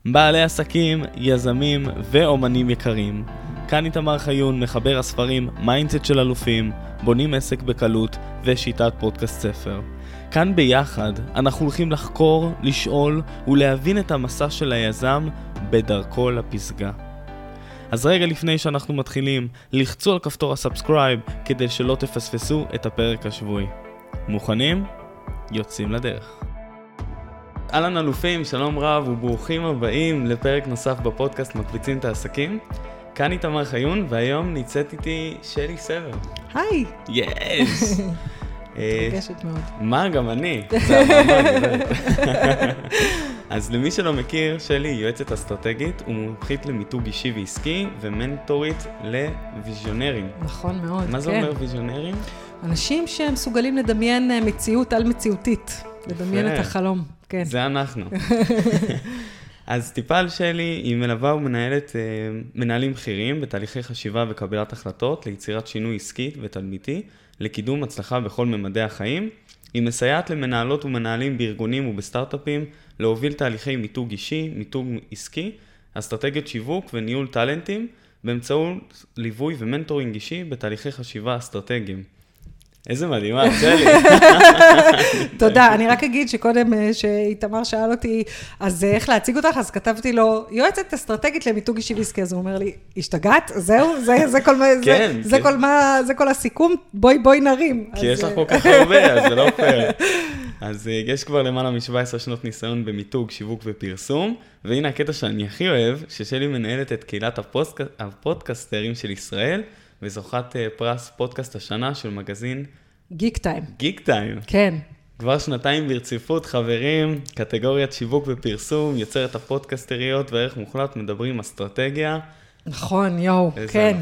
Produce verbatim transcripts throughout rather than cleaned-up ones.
בעלי עסקים, יזמים ואומנים יקרים. כאן איתמר חיון, מחבר הספרים מיינדסט של אלופים, בונים עסק בקלות ושיטת פודקאסט ספר. כאן ביחד אנחנו הולכים לחקור, לשאול ולהבין את המסע של היזם בדרכו לפסגה. אז רגע לפני שאנחנו מתחילים, לחצו על כפתור הסאבסקרייב כדי שלא תפספסו את הפרק השבועי. מוכנים? יוצאים לדרך. אהלן אלופים, שלום רב וברוכים הבאים לפרק נוסף בפודקאסט מקפיצים את העסקים. כאן איתמר חיון והיום נמצאת איתי שלי סבר. היי! יס! מתרגשת מאוד. מה, גם אני. זה המעמד. אז למי שלא מכיר, שלי יועצת אסטרטגית ומומחית למיתוג אישי ועסקי ומנטורית לוויז'ונרים. נכון מאוד, כן. מה זה אומר ויז'ונרים? אנשים שהם מסוגלים לדמיין מציאות על מציאותית. לדמיין את החלום. כן. זה אנחנו. אז טיפה על שלי, היא מלווה ומנהלת מנהלים בכירים בתהליכי חשיבה וקבלת החלטות ליצירת שינוי עסקי ותדמיתי, לקידום הצלחה בכל ממדי החיים. היא מסייעת למנהלות ומנהלים בארגונים ובסטארט-אפים להוביל תהליכי מיתוג אישי, מיתוג עסקי, אסטרטגיות שיווק וניהול טלנטים, באמצעות ליווי ומנטורינג אישי בתהליכי חשיבה אסטרטגיים. איזה מדהימה, שלי. תודה, אני רק אגיד שקודם שאיתמר שאל אותי, אז איך להציג אותך? אז כתבתי לו, יועצת אסטרטגית למיתוג אישי ועסקי, אז הוא אומר לי, השתגעת? זהו? זה כל הסיכום? בואי בואי נרים. כי יש לך כל כך הרבה, אז זה לא פייר. אז יש כבר למעלה מ-שבע עשרה שנות ניסיון במיתוג, שיווק ופרסום, והנה הקטע שאני הכי אוהב, ששלי מנהלת את קהילת הפודקאסטרים של ישראל, וזוכת פרס פודקאסט השנה של מגזין גיק טיים. גיק טיים. כן. כבר שנתיים ברציפות, חברים, קטגוריית שיווק ופרסום, יוצרת הפודקאסטריות וערך מוחלט, מדברים אסטרטגיה. נכון, יואו, כן.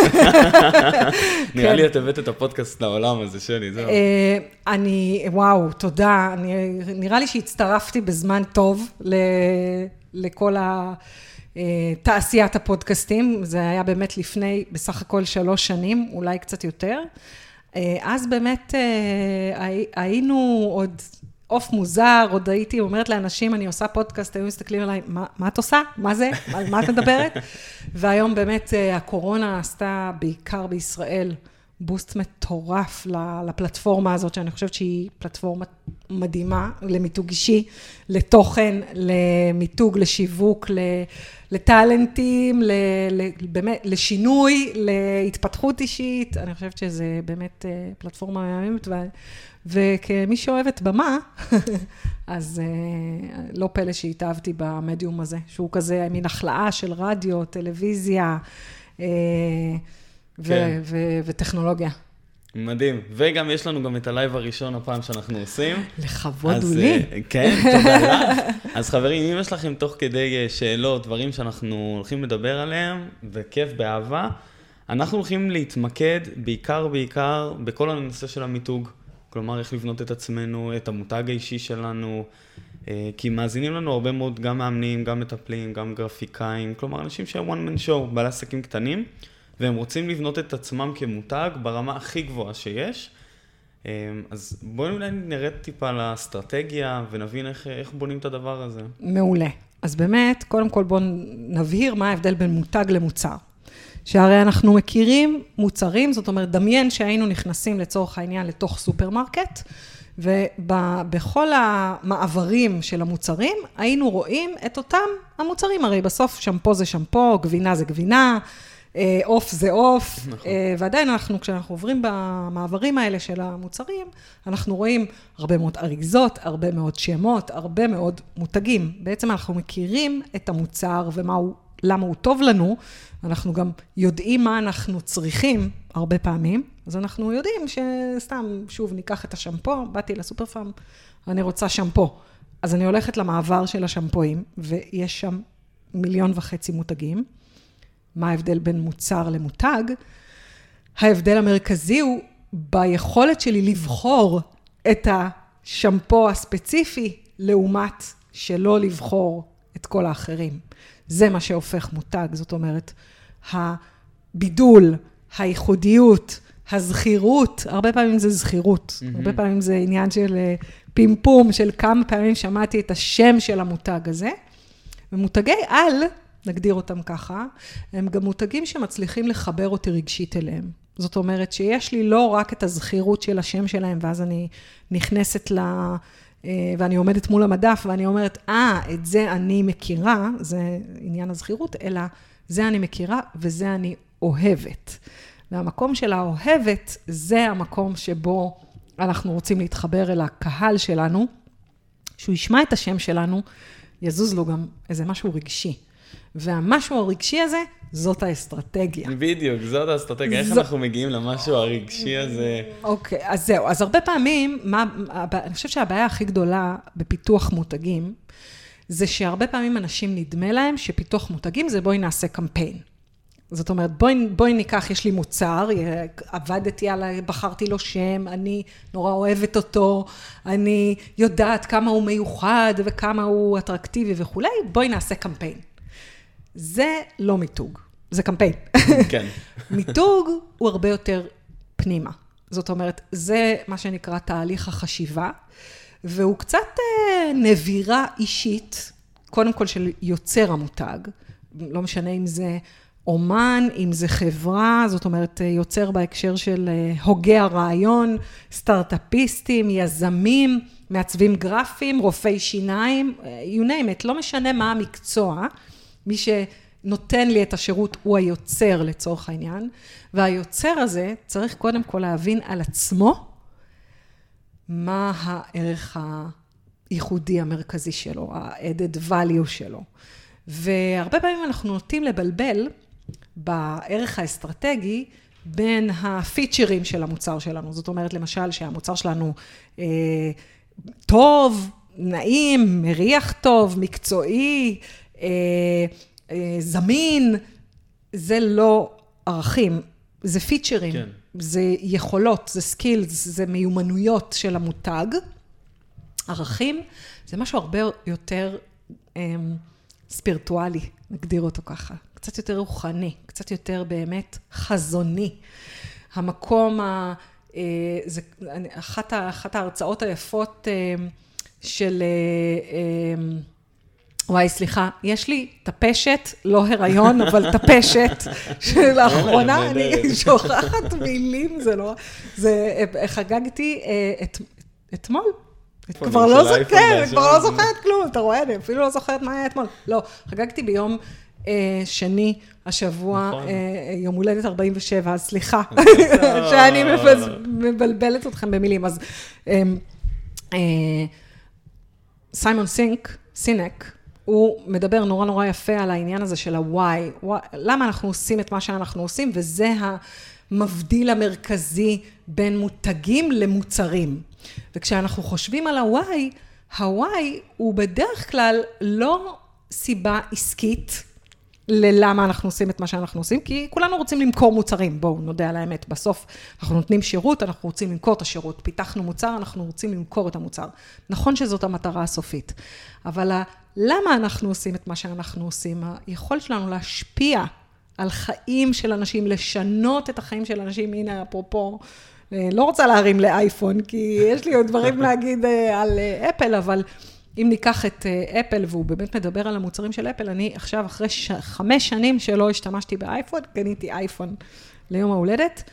נראה לי את הבאת את הפודקאסט לעולם הזה, שלי, זהו. אני, וואו, תודה. נראה לי שהצטרפתי בזמן טוב לכל ה... תעשיית הפודקאסטים, זה היה באמת לפני בסך הכל שלוש שנים, אולי קצת יותר. אז באמת היינו עוד אוף מוזר, עוד הייתי אומרת לאנשים, אני עושה פודקאסט, היו מסתכלים עליי, מה, מה את עושה? מה זה? על מה את מדברת? והיום באמת הקורונה עשתה בעיקר בישראל בוסט מטורף לפלטפורמה הזאת, שאני חושבת שהיא פלטפורמה מדהימה, למיתוג אישי, לתוכן, למיתוג, לשיווק, לטלנטים, באמת, לשינוי, להתפתחות אישית. אני חושבת שזה באמת פלטפורמה מהממת, וכמי שאוהבת במה, אז לא פלא שהתאהבתי במדיום הזה, שהוא כזה מין החלאה של רדיו, טלוויזיה, ו- ו- וטכנולוגיה. מדהים. וגם יש לנו גם את הלייב הראשון הפעם שאנחנו עושים. לכבוד הוא לי. כן, תודה לך. אז חברים, אם יש לכם תוך כדי שאלות, דברים שאנחנו הולכים לדבר עליהם, וכיף באהבה, אנחנו הולכים להתמקד בעיקר בעיקר בכל הנושא של המיתוג. כלומר, איך לבנות את עצמנו, את המותג האישי שלנו, כי מאזינים לנו הרבה מאוד גם מאמנים, גם מטפלים, גם גרפיקאים, כלומר, אנשים שהם one man show, בעלי עסקים קטנים, והם רוצים לבנות את עצמם כמותג ברמה הכי גבוהה שיש. אז בואו אולי נרד טיפה לאסטרטגיה ונבין איך, איך בונים את הדבר הזה. מעולה. אז באמת, קודם כל בואו נבהיר מה ההבדל בין מותג למוצר. שהרי אנחנו מכירים מוצרים, זאת אומרת, דמיין שהיינו נכנסים לצורך העניין לתוך סופרמרקט, ובכל המעברים של המוצרים, היינו רואים את אותם המוצרים. הרי בסוף שמפו זה שמפו, גבינה זה גבינה, אוף זה אוף, נכון. ועדיין אנחנו, כשאנחנו עוברים במעברים האלה של המוצרים, אנחנו רואים הרבה מאוד אריזות, הרבה מאוד שמות, הרבה מאוד מותגים. בעצם אנחנו מכירים את המוצר ומה הוא, למה הוא טוב לנו, אנחנו גם יודעים מה אנחנו צריכים הרבה פעמים, אז אנחנו יודעים שסתם, שוב, ניקח את השמפו, באתי לסופר פארם, אני רוצה שמפו. אז אני הולכת למעבר של השמפואים, ויש שם מיליון וחצי מותגים. מה ההבדל בין מוצר למותג? ההבדל המרכזי הוא ביכולת שלי לבחור את השמפו הספציפי, לעומת שלא לבחור את כל האחרים. זה מה שהופך מותג, זאת אומרת, הבידול, הייחודיות, הזכירות, הרבה פעמים זה זכירות, mm-hmm. הרבה פעמים זה עניין של פימפום, של כמה פעמים שמעתי את השם של המותג הזה, ומותגי על, נגדיר אותם ככה, הם גם מותגים שמצליחים לחבר אותי רגשית אליהם. זאת אומרת שיש לי לא רק את הזכירות של השם שלהם, ואז אני נכנסת ל... ואני עומדת מול המדף, ואני אומרת, אה, את זה אני מכירה, זה עניין הזכירות, אלא זה אני מכירה, וזה אני אוהבת. והמקום של האוהבת, זה המקום שבו אנחנו רוצים להתחבר אל הקהל שלנו, שהוא ישמע את השם שלנו, יזוז לו גם איזה משהו רגשי. והמשהו הרגשי הזה, זאת האסטרטגיה. בדיוק, זאת האסטרטגיה. איך אנחנו מגיעים למשהו הרגשי הזה? אוקיי, אז זהו. אז הרבה פעמים, אני חושבת שהבעיה הכי גדולה בפיתוח מותגים, זה שהרבה פעמים אנשים נדמה להם שפיתוח מותגים זה בואי נעשה קמפיין. זאת אומרת, בואי, בואי ניקח, יש לי מוצר, עבדתי עליי, בחרתי לו שם, אני נורא אוהבת אותו, אני יודעת כמה הוא מיוחד וכמה הוא אטרקטיבי וכולי, בואי נעשה קמפיין. זה לא מיתוג, זה קמפיין. כן. מיתוג הוא הרבה יותר פנימה. זאת אומרת, זה מה שנקרא תהליך החשיבה, והוא קצת נבירה אישית, קודם כל של יוצר המותג, לא משנה אם זה אומן, אם זה חברה, זאת אומרת, יוצר בהקשר של הוגי הרעיון, סטארט-אפיסטים, יזמים, מעצבים גרפיים, רופאי שיניים, you name it, לא משנה מה המקצוע, מי שנותן לי את השירות הוא היוצר לצורך העניין, והיוצר הזה צריך קודם כל להבין על עצמו, מה הערך הייחודי המרכזי שלו, ה-added value שלו. והרבה פעמים אנחנו נוטים לבלבל בערך האסטרטגי בין הפיצ'רים של המוצר שלנו. זאת אומרת, למשל, שהמוצר שלנו אה, טוב, נעים, מריח טוב, מקצועי, אה, אה, זמין, זה לא ערכים, זה פיצ'רים, כן. זה יכולות, זה סקילס, זה מיומנויות של המותג. ערכים זה משהו הרבה יותר אה, ספירטואלי, נגדיר אותו ככה. קצת יותר רוחני, קצת יותר באמת חזוני. המקום, ה, אה, זה, אחת, אחת ההרצאות היפות אה, של, אה, אה, וואי, סליחה, יש לי טפשת, לא הריון, אבל טפשת, שלאחרונה אני שוכחת מילים, זה לא, זה, חגגתי אה, את, אתמול. כבר לא זוכרת, כבר לא זוכרת כלום, אתה רואה, אני אפילו לא זוכרת מה היה אתמול. לא, חגגתי ביום שני השבוע, יום הולדת ארבעים ושבע, אז סליחה, שאני מבלבלת אתכם במילים. אז סיימון סינק, סינק, הוא מדבר נורא נורא יפה על העניין הזה של ה-why, למה אנחנו עושים את מה שאנחנו עושים, וזה המבדיל המרכזי בין מותגים למוצרים. וכשאנחנו חושבים על ה-why, ה-why הוא בדרך כלל לא סיבה עסקית ללמה אנחנו עושים את מה שאנחנו עושים, כי כולנו רוצים למכור מוצרים, בואו נודה על האמת, בסוף אנחנו נותנים שירות, אנחנו רוצים למכור את השירות, פיתחנו מוצר, אנחנו רוצים למכור את המוצר. נכון שזאת המטרה הסופית, אבל למה אנחנו עושים את מה שאנחנו עושים? היכולת שלנו להשפיע על חיים של אנשים, לשנות את החיים של אנשים, הנה אפרופו, לא רוצה להרים לאייפון, כי יש לי עוד דברים להגיד על אפל, אבל אם ניקח את אפל, והוא באמת מדבר על המוצרים של אפל, אני עכשיו אחרי ש... חמש שנים שלא השתמשתי באייפון, קניתי אייפון ליום ההולדת,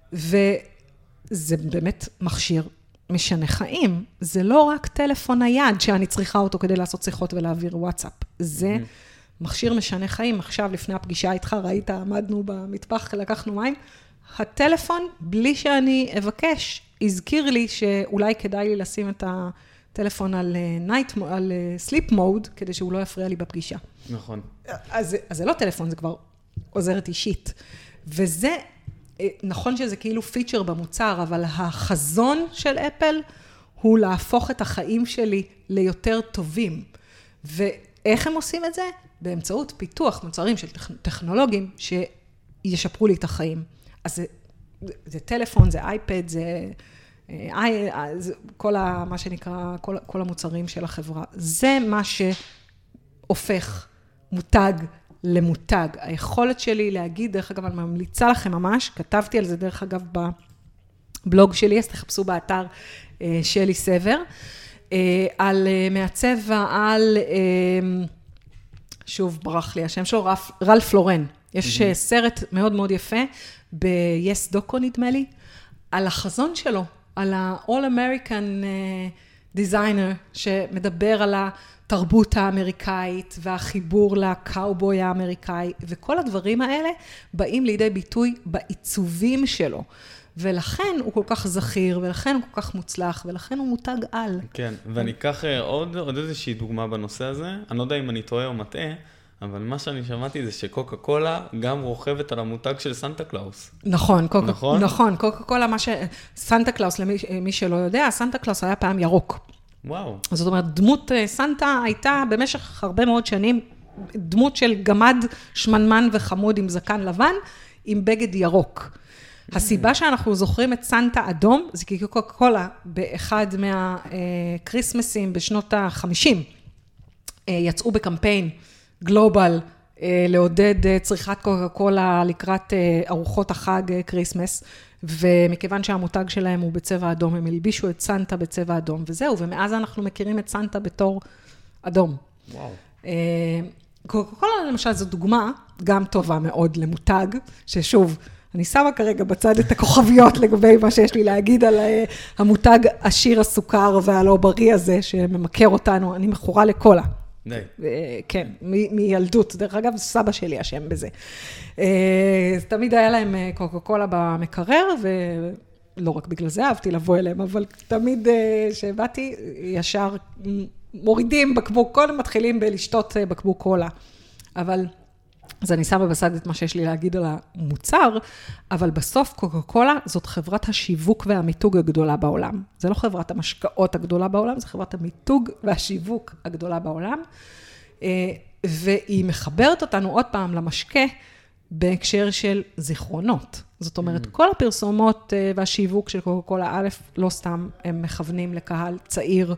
וזה באמת מכשיר משנה חיים. זה לא רק טלפון נייד שאני צריכה אותו כדי לעשות שיחות ולהעביר וואטסאפ. זה מכשיר משנה חיים. עכשיו לפני הפגישה איתך, ראית, עמדנו במטבח, לקחנו מים, הטלפון, בלי שאני אבקש, הזכיר לי שאולי כדאי לי לשים את הטלפון על night, על sleep mode, כדי שהוא לא יפריע לי בפגישה. נכון. אז, אז זה לא טלפון, זה כבר עוזרת אישית. וזה, נכון שזה כאילו פיצ'ר במוצר, אבל החזון של אפל הוא להפוך את החיים שלי ליותר טובים. ואיך הם עושים את זה? באמצעות פיתוח מוצרים של טכנולוגים שישפרו לי את החיים. אז זה, זה טלפון, זה אייפד, זה, זה כל ה, מה שנקרא, כל, כל המוצרים של החברה. זה מה שהופך מותג למותג. היכולת שלי להגיד, דרך אגב, אני ממליצה לכם ממש, כתבתי על זה דרך אגב בבלוג שלי, אז תחפשו באתר שלי סבר, על מעצב ועל שוב ברח לי, השם שלו רף, רלף לורן. יש mm-hmm. סרט מאוד מאוד יפה, ב-Yes Doco נדמה לי, על החזון שלו, על ה-All American Designer, שמדבר על התרבות האמריקאית, והחיבור לקאובוי האמריקאי, וכל הדברים האלה באים לידי ביטוי בעיצובים שלו. ולכן הוא כל כך זכיר, ולכן הוא כל כך מוצלח, ולכן הוא מותג על. כן, ואני אקח עוד, עוד איזושהי דוגמה בנושא הזה. אני לא יודע אם אני טועה או מטעה, אבל מה שאני שמעתי זה שקוקה קולה גם רוכבת על המותג של סנטה קלאוס. נכון, קוקה, נכון? נכון, קוקה קולה, מה ש... סנטה קלאוס, למי מי שלא יודע, סנטה קלאוס היה פעם ירוק. וואו. זאת אומרת, דמות סנטה הייתה במשך הרבה מאוד שנים, דמות של גמד שמנמן וחמוד עם זקן לבן, עם בגד ירוק. הסיבה שאנחנו זוכרים את סנטה אדום, זה כי קוקה קולה באחד מהקריסמסים בשנות ה-חמישים, יצאו בקמפיין גלובל לעודד צריכת קוקה קולה לקראת ארוחות החג קריסמס, ומכיוון שהמותג שלהם הוא בצבע אדום, הם הלבישו את סנטה בצבע אדום, וזהו, ומאז אנחנו מכירים את סנטה בתור אדום. וואו. קוקה קולה למשל זו דוגמה גם טובה מאוד למותג, ששוב, אני שמה כרגע בצד את הכוכביות לגבי מה שיש לי להגיד על המותג עשיר הסוכר והלא בריא הזה, שממכר אותנו, אני מכורה לקולה. די. כן, מילדות. דרך אגב, סבא שלי אשם בזה. תמיד היה להם קוקה קולה במקרר, ולא רק בגלל זה אהבתי לבוא אליהם, אבל תמיד שבאתי, ישר מורידים בקבוק קולה, מתחילים בלשתות בקבוק קולה. אבל... אז אני שמה בסד את מה שיש לי להגיד על המוצר, אבל בסוף קוקה קולה זאת חברת השיווק והמיתוג הגדולה בעולם. זה לא חברת המשקאות הגדולה בעולם, זה חברת המיתוג והשיווק הגדולה בעולם. והיא מחברת אותנו עוד פעם למשקה בהקשר של זיכרונות. זאת אומרת, כל הפרסומות והשיווק של קוקה קולה, א', לא סתם הם מכוונים לקהל צעיר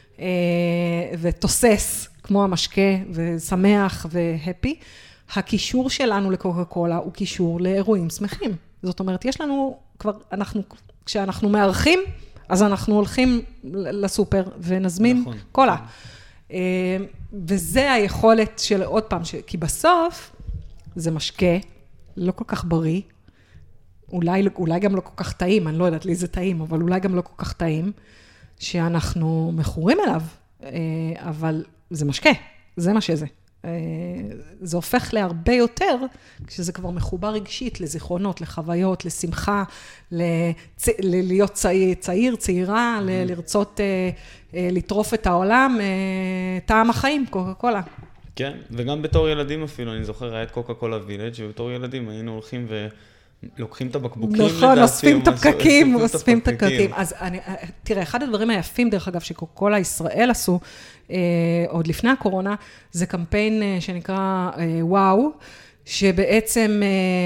ותוסס, כמו המשקה, ושמח והפי. הקישור שלנו לקוקה קולה הוא קישור לאירועים שמחים. זאת אומרת, יש לנו כבר, אנחנו, כשאנחנו מארחים, אז אנחנו הולכים לסופר ונזמין נכון, קולה. נכון. וזה היכולת של עוד פעם, כי בסוף זה משקה, לא כל כך בריא, אולי, אולי גם לא כל כך טעים, אני לא יודעת לי זה טעים, אבל אולי גם לא כל כך טעים, שאנחנו מכורים אליו, אבל זה משקה, זה מה שזה. זה הופך להרבה יותר, כשזה כבר מחובר רגשית, לזיכרונות, לחוויות, לשמחה, לצ... להיות צעיר, צעיר צעירה, ל... לרצות לטרוף את העולם, טעם החיים, קוקה קולה. כן, וגם בתור ילדים אפילו, אני זוכר, היה את קוקה קולה וילג' ובתור ילדים היינו הולכים ו... לוקחים את הבקבוקים. נכון, אוספים את הפקקים, אוספים את הפקקים. אז תראה, אחד הדברים היפים, דרך אגב, שקוקה קולה ישראל עשו, עוד לפני הקורונה, זה קמפיין שנקרא וואו, שבעצם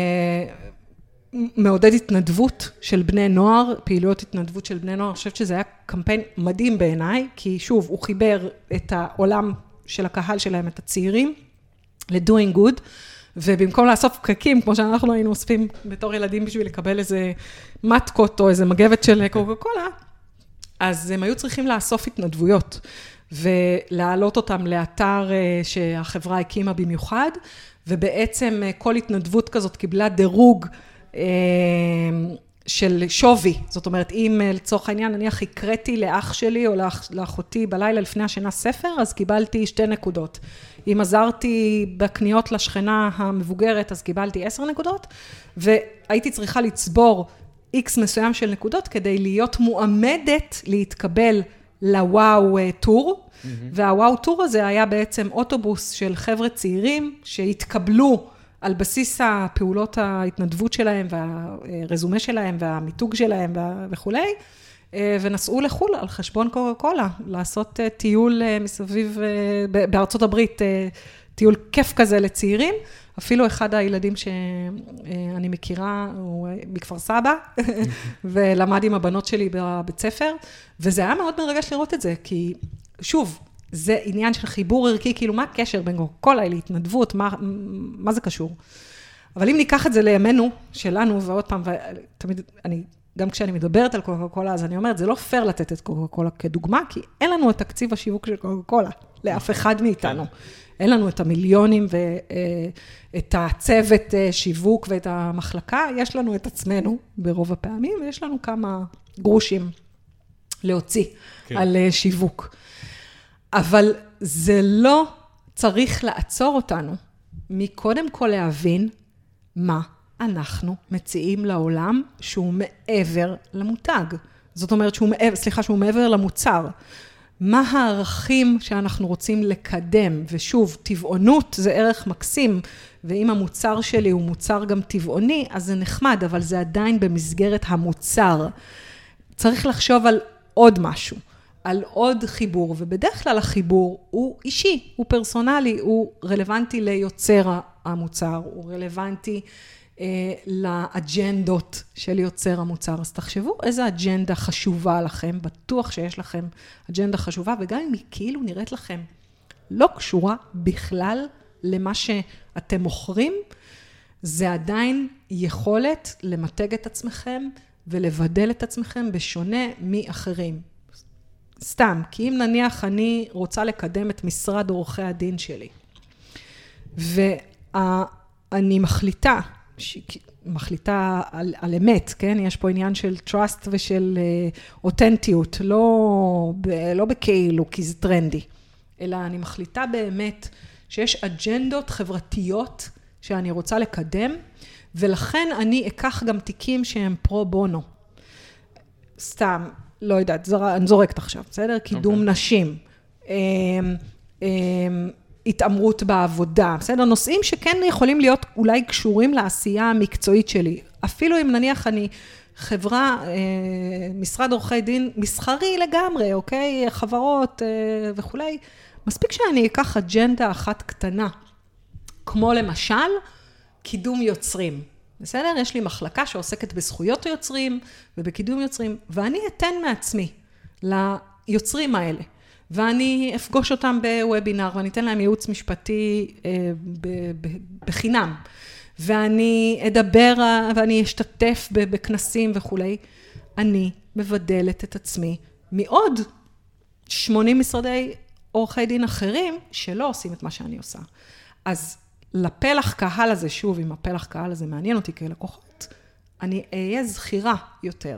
מעודד התנדבות של בני נוער, פעילויות התנדבות של בני נוער. אני חושבת שזה היה קמפיין מדהים בעיניי, כי שוב, הוא חיבר את העולם של הקהל שלהם, את הצעירים, ל-doing good, ובמקום לאסוף פקקים, כמו שאנחנו היינו אוספים בתור ילדים בשביל לקבל איזה מתקות או איזה מגבת של קוקה קולה, אז הם היו צריכים לאסוף התנדבויות, ולהעלות אותם לאתר שהחברה הקימה במיוחד, ובעצם כל התנדבות כזאת קיבלה דירוג של שווי. זאת אומרת, אם לצורך העניין, נניח הקראתי לאח שלי או לאח, לאחותי בלילה לפני השינה ספר, אז קיבלתי שתי נקודות. אם עזרתי בקניות לשכנה המבוגרת, אז קיבלתי עשר נקודות, והייתי צריכה לצבור איקס מסוים של נקודות, כדי להיות מועמדת להתקבל לוואו טור, mm-hmm. והוואו טור הזה היה בעצם אוטובוס של חבר'ה צעירים, שהתקבלו על בסיס הפעולות ההתנדבות שלהם, והרזומה שלהם, והמיתוג שלהם וכו', ונסעו לחול על חשבון קוקה קולה, לעשות טיול מסביב, בארצות הברית, טיול כיף כזה לצעירים, אפילו אחד הילדים שאני מכירה, הוא בכפר סבא, ולמד עם הבנות שלי בבית ספר, וזה היה מאוד מרגש לראות את זה, כי שוב, זה עניין של חיבור ערכי, כאילו מה הקשר בין קוקה קולה להתנדבות, מה, מה זה קשור? אבל אם ניקח את זה לימינו, שלנו, ועוד פעם, ותמיד אני גם כשאני מדברת על קוקה קולה, אז אני אומרת, זה לא פייר לתת את קוקה קולה כדוגמה, כי אין לנו את תקציב השיווק של קוקה קולה, לאף אחד מאיתנו. אין לנו את המיליונים ואת הצוות שיווק ואת המחלקה, יש לנו את עצמנו ברוב הפעמים, ויש לנו כמה גרושים להוציא כן. על שיווק. אבל זה לא צריך לעצור אותנו, מקודם כל להבין מה אנחנו מציעים לעולם שהוא מעבר למותג. זאת אומרת שהוא מעבר, סליחה, שהוא מעבר למוצר. מה הערכים שאנחנו רוצים לקדם? ושוב, טבעונות זה ערך מקסים, ואם המוצר שלי הוא מוצר גם טבעוני, אז זה נחמד, אבל זה עדיין במסגרת המוצר. צריך לחשוב על עוד משהו, על עוד חיבור, ובדרך כלל החיבור הוא אישי, הוא פרסונלי, הוא רלוונטי ליוצר המוצר, הוא רלוונטי לאג'נדות של יוצר המוצר. אז תחשבו איזה אג'נדה חשובה לכם, בטוח שיש לכם אג'נדה חשובה, וגם אם היא כאילו נראית לכם לא קשורה בכלל למה שאתם מוכרים, זה עדיין יכולת למתג את עצמכם ולבדל את עצמכם בשונה מאחרים. סתם, כי אם נניח אני רוצה לקדם את משרד עורכי הדין שלי, ואני מחליטה, מחליטה על, על אמת, כן? יש פה עניין של trust ושל אותנטיות, לא, לא בכאילו, כי זה טרנדי, אלא אני מחליטה באמת שיש אג'נדות חברתיות שאני רוצה לקדם, ולכן אני אקח גם תיקים שהם פרו בונו. סתם, לא יודעת, אני זורקת עכשיו, בסדר? קידום okay. נשים, התאמרות בעבודה, בסדר? נושאים שכן יכולים להיות אולי קשורים לעשייה המקצועית שלי. אפילו אם נניח אני חברה, משרד עורכי דין, מסחרי לגמרי, אוקיי? חברות וכולי. מספיק שאני אקח אג'נדה אחת קטנה, כמו למשל, קידום יוצרים. בסדר? יש לי מחלקה שעוסקת בזכויות היוצרים ובקידום יוצרים, ואני אתן מעצמי ליוצרים האלה. ואני אפגוש אותם בוובינר, ואני אתן להם ייעוץ משפטי בחינם. ואני אדבר, ואני אשתתף בכנסים וכו'. אני מבדלת את עצמי מעוד שמונים משרדי עורכי דין אחרים, שלא עושים את מה שאני עושה. אז לפלח קהל הזה, שוב, אם הפלח קהל הזה מעניין אותי כלקוחות, אני אהיה זכירה יותר.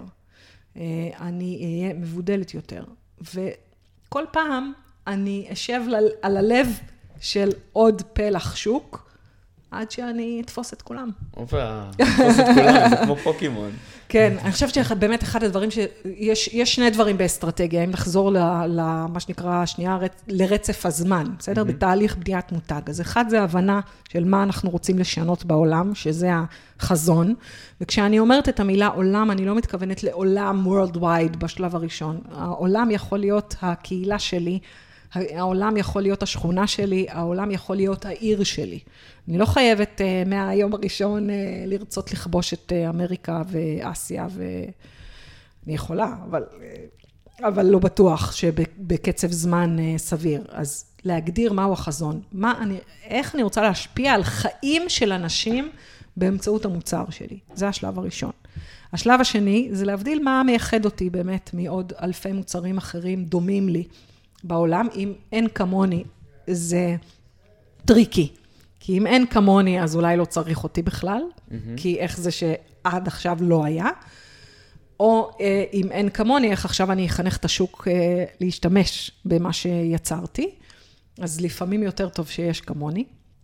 אני אהיה מבודלת יותר. וכל פעם אני אשב על הלב של עוד פלח שוק, עד שאני אתפוס את כולם. אופה, אתפוס את כולם, זה כמו פוקימון. כן, אני חושבת שבאמת אחד הדברים שיש, יש שני דברים באסטרטגיה, אם נחזור למה שנקרא שנייה, לרצף הזמן, בסדר? בתהליך בניית מותג. אז אחד זה הבנה של מה אנחנו רוצים לשנות בעולם, שזה החזון, וכשאני אומרת את המילה עולם, אני לא מתכוונת לעולם worldwide בשלב הראשון. העולם יכול להיות הקהילה שלי, העולם יכול להיות השכונה שלי, העולם יכול להיות העיר שלי. אני לא חייבת uh, מהיום הראשון uh, לרצות לכבוש את uh, אמריקה ואסיה, ואני יכולה, אבל, uh, אבל לא בטוח שבקצב זמן uh, סביר. אז להגדיר מהו החזון, מה אני, איך אני רוצה להשפיע על חיים של אנשים באמצעות המוצר שלי. זה השלב הראשון. השלב השני זה להבדיל מה מייחד אותי באמת מעוד אלפי מוצרים אחרים דומים לי בעולם. אם אין כמוני זה טריקי. כי אם אין כמוני, אז אולי לא צריך אותי בכלל, mm-hmm. כי איך זה שעד עכשיו לא היה, או אה, אם אין כמוני, איך עכשיו אני אחנך את השוק אה, להשתמש במה שיצרתי, אז לפעמים יותר טוב שיש כמוני.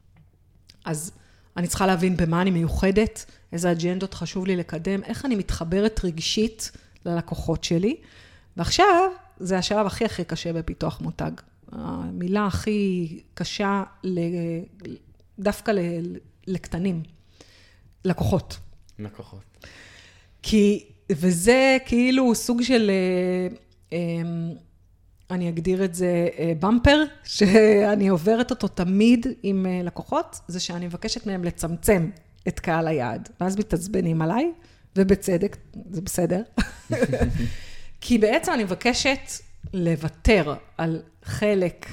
אז אני צריכה להבין במה אני מיוחדת, איזה אג'נדות חשוב לי לקדם, איך אני מתחברת רגשית ללקוחות שלי, ועכשיו זה השלב הכי הכי קשה בפיתוח מותג. המילה הכי קשה ל... דווקא לקטנים, לקוחות. לקוחות. כי, וזה כאילו סוג של, אני אגדיר את זה במפר, שאני עוברת אותו תמיד עם לקוחות, זה שאני מבקשת מהם לצמצם את קהל היעד, ואז מתעצבנים עליי, ובצדק, זה בסדר. כי בעצם אני מבקשת לוותר על חלק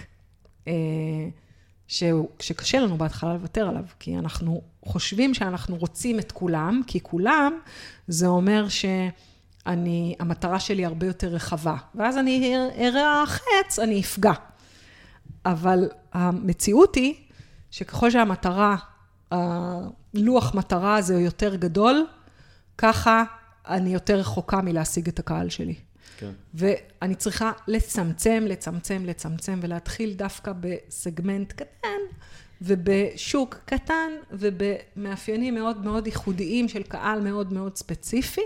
שקשה לנו בהתחלה לוותר עליו, כי אנחנו חושבים שאנחנו רוצים את כולם, כי כולם זה אומר אני, המטרה שלי הרבה יותר רחבה. ואז אני אראה חץ, אני אפגע. אבל המציאות היא שככל שהמטרה, הלוח מטרה הזה הוא יותר גדול, ככה אני יותר רחוקה מלהשיג את הקהל שלי. כן. ואני צריכה לצמצם, לצמצם, לצמצם, ולהתחיל דווקא בסגמנט קטן, ובשוק קטן, ובמאפיינים מאוד מאוד ייחודיים של קהל מאוד מאוד ספציפי,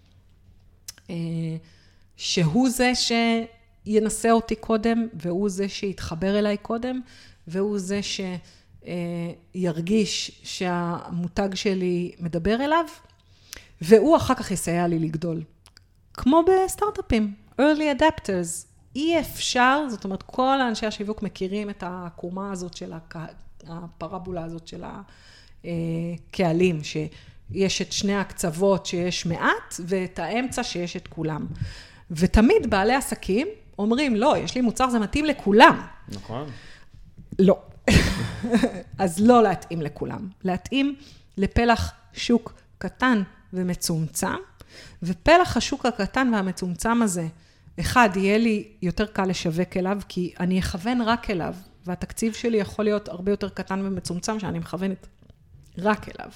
שהוא זה שינסה אותי קודם, והוא זה שיתחבר אליי קודם, והוא זה שירגיש שהמותג שלי מדבר אליו, והוא אחר כך יסייע לי לגדול. כמו בסטארט-אפים, early adapters, אי אפשר, זאת אומרת, כל האנשי השיווק מכירים את הקומה הזאת של הפרבולה הזאת של הקהלים, שיש את שני הקצוות שיש מעט, ואת האמצע שיש את כולם. ותמיד בעלי עסקים אומרים, לא, יש לי מוצר, זה מתאים לכולם. נכון. לא. אז לא להתאים לכולם. להתאים לפלח שוק קטן ומצומצם, ופלח השוק הקטן והמצומצם הזה, אחד, יהיה לי יותר קל לשווק אליו, כי אני אכוון רק אליו, והתקציב שלי יכול להיות הרבה יותר קטן ומצומצם, שאני מכוונת רק אליו.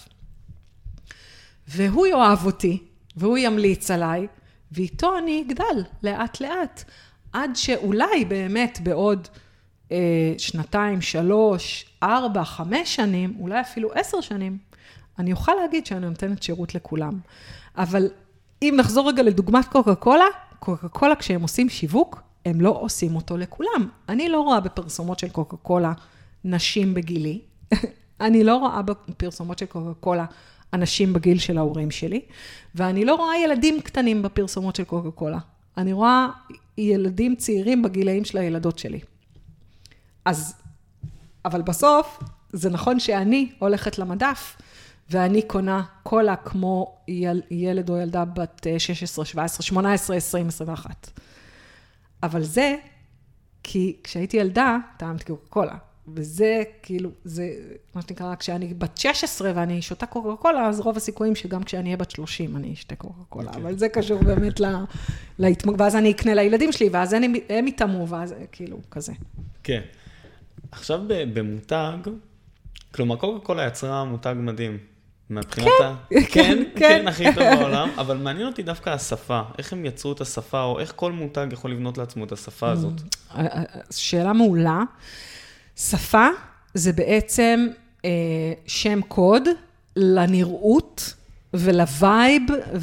והוא יאהב אותי, והוא ימליץ עליי, ואיתו אני אגדל לאט לאט, עד שאולי באמת בעוד אה, שנתיים, שלוש, ארבע, חמש שנים, אולי אפילו עשר שנים, אני אוכל להגיד שאני נותנת שירות לכולם. אבל אם נחזור רגע לדוגמת קוקה קולה, קוקה קולה כשהם עושים שיווק, הם לא עושים אותו לכולם. אני לא רואה בפרסומות של קוקה קולה נשים בגילי. אני לא רואה בפרסומות של קוקה קולה אנשים בגיל של ההורים שלי. ואני לא רואה ילדים קטנים בפרסומות של קוקה קולה. אני רואה ילדים צעירים בגילאים של הילדות שלי. אז, אבל בסוף, זה נכון שאני הולכת למדף, ואני קונה קולה כמו יל, ילד או ילדה בת שש עשרה, שבע עשרה, שמונה עשרה, עשרים, עשרים ואחת. אבל זה, כי כשהייתי ילדה, טעמתי קוקה קולה. וזה כאילו, זה מה שנקרא, כשאני בת שש עשרה ואני שותה קוקה קולה, אז רוב הסיכויים שגם כשאני אהיה בת שלושים, אני אשתה קוקה קולה. Okay. אבל זה קשור באמת לה, להתמוג... ואז אני אקנה לילדים שלי, ואז הם, הם יתאמו, ואז כאילו, כזה. כן. עכשיו במותג, כלומר, קוקה קולה יצרה מותג מדהים. מבחינת ה... כן, כן, כן, הכי טוב בעולם, אבל מעניין אותי דווקא השפה, איך הם יצרו את השפה, או איך כל מותג יכול לבנות לעצמו את השפה הזאת? שאלה מעולה. שפה זה בעצם אה, שם קוד לנראות ולווייב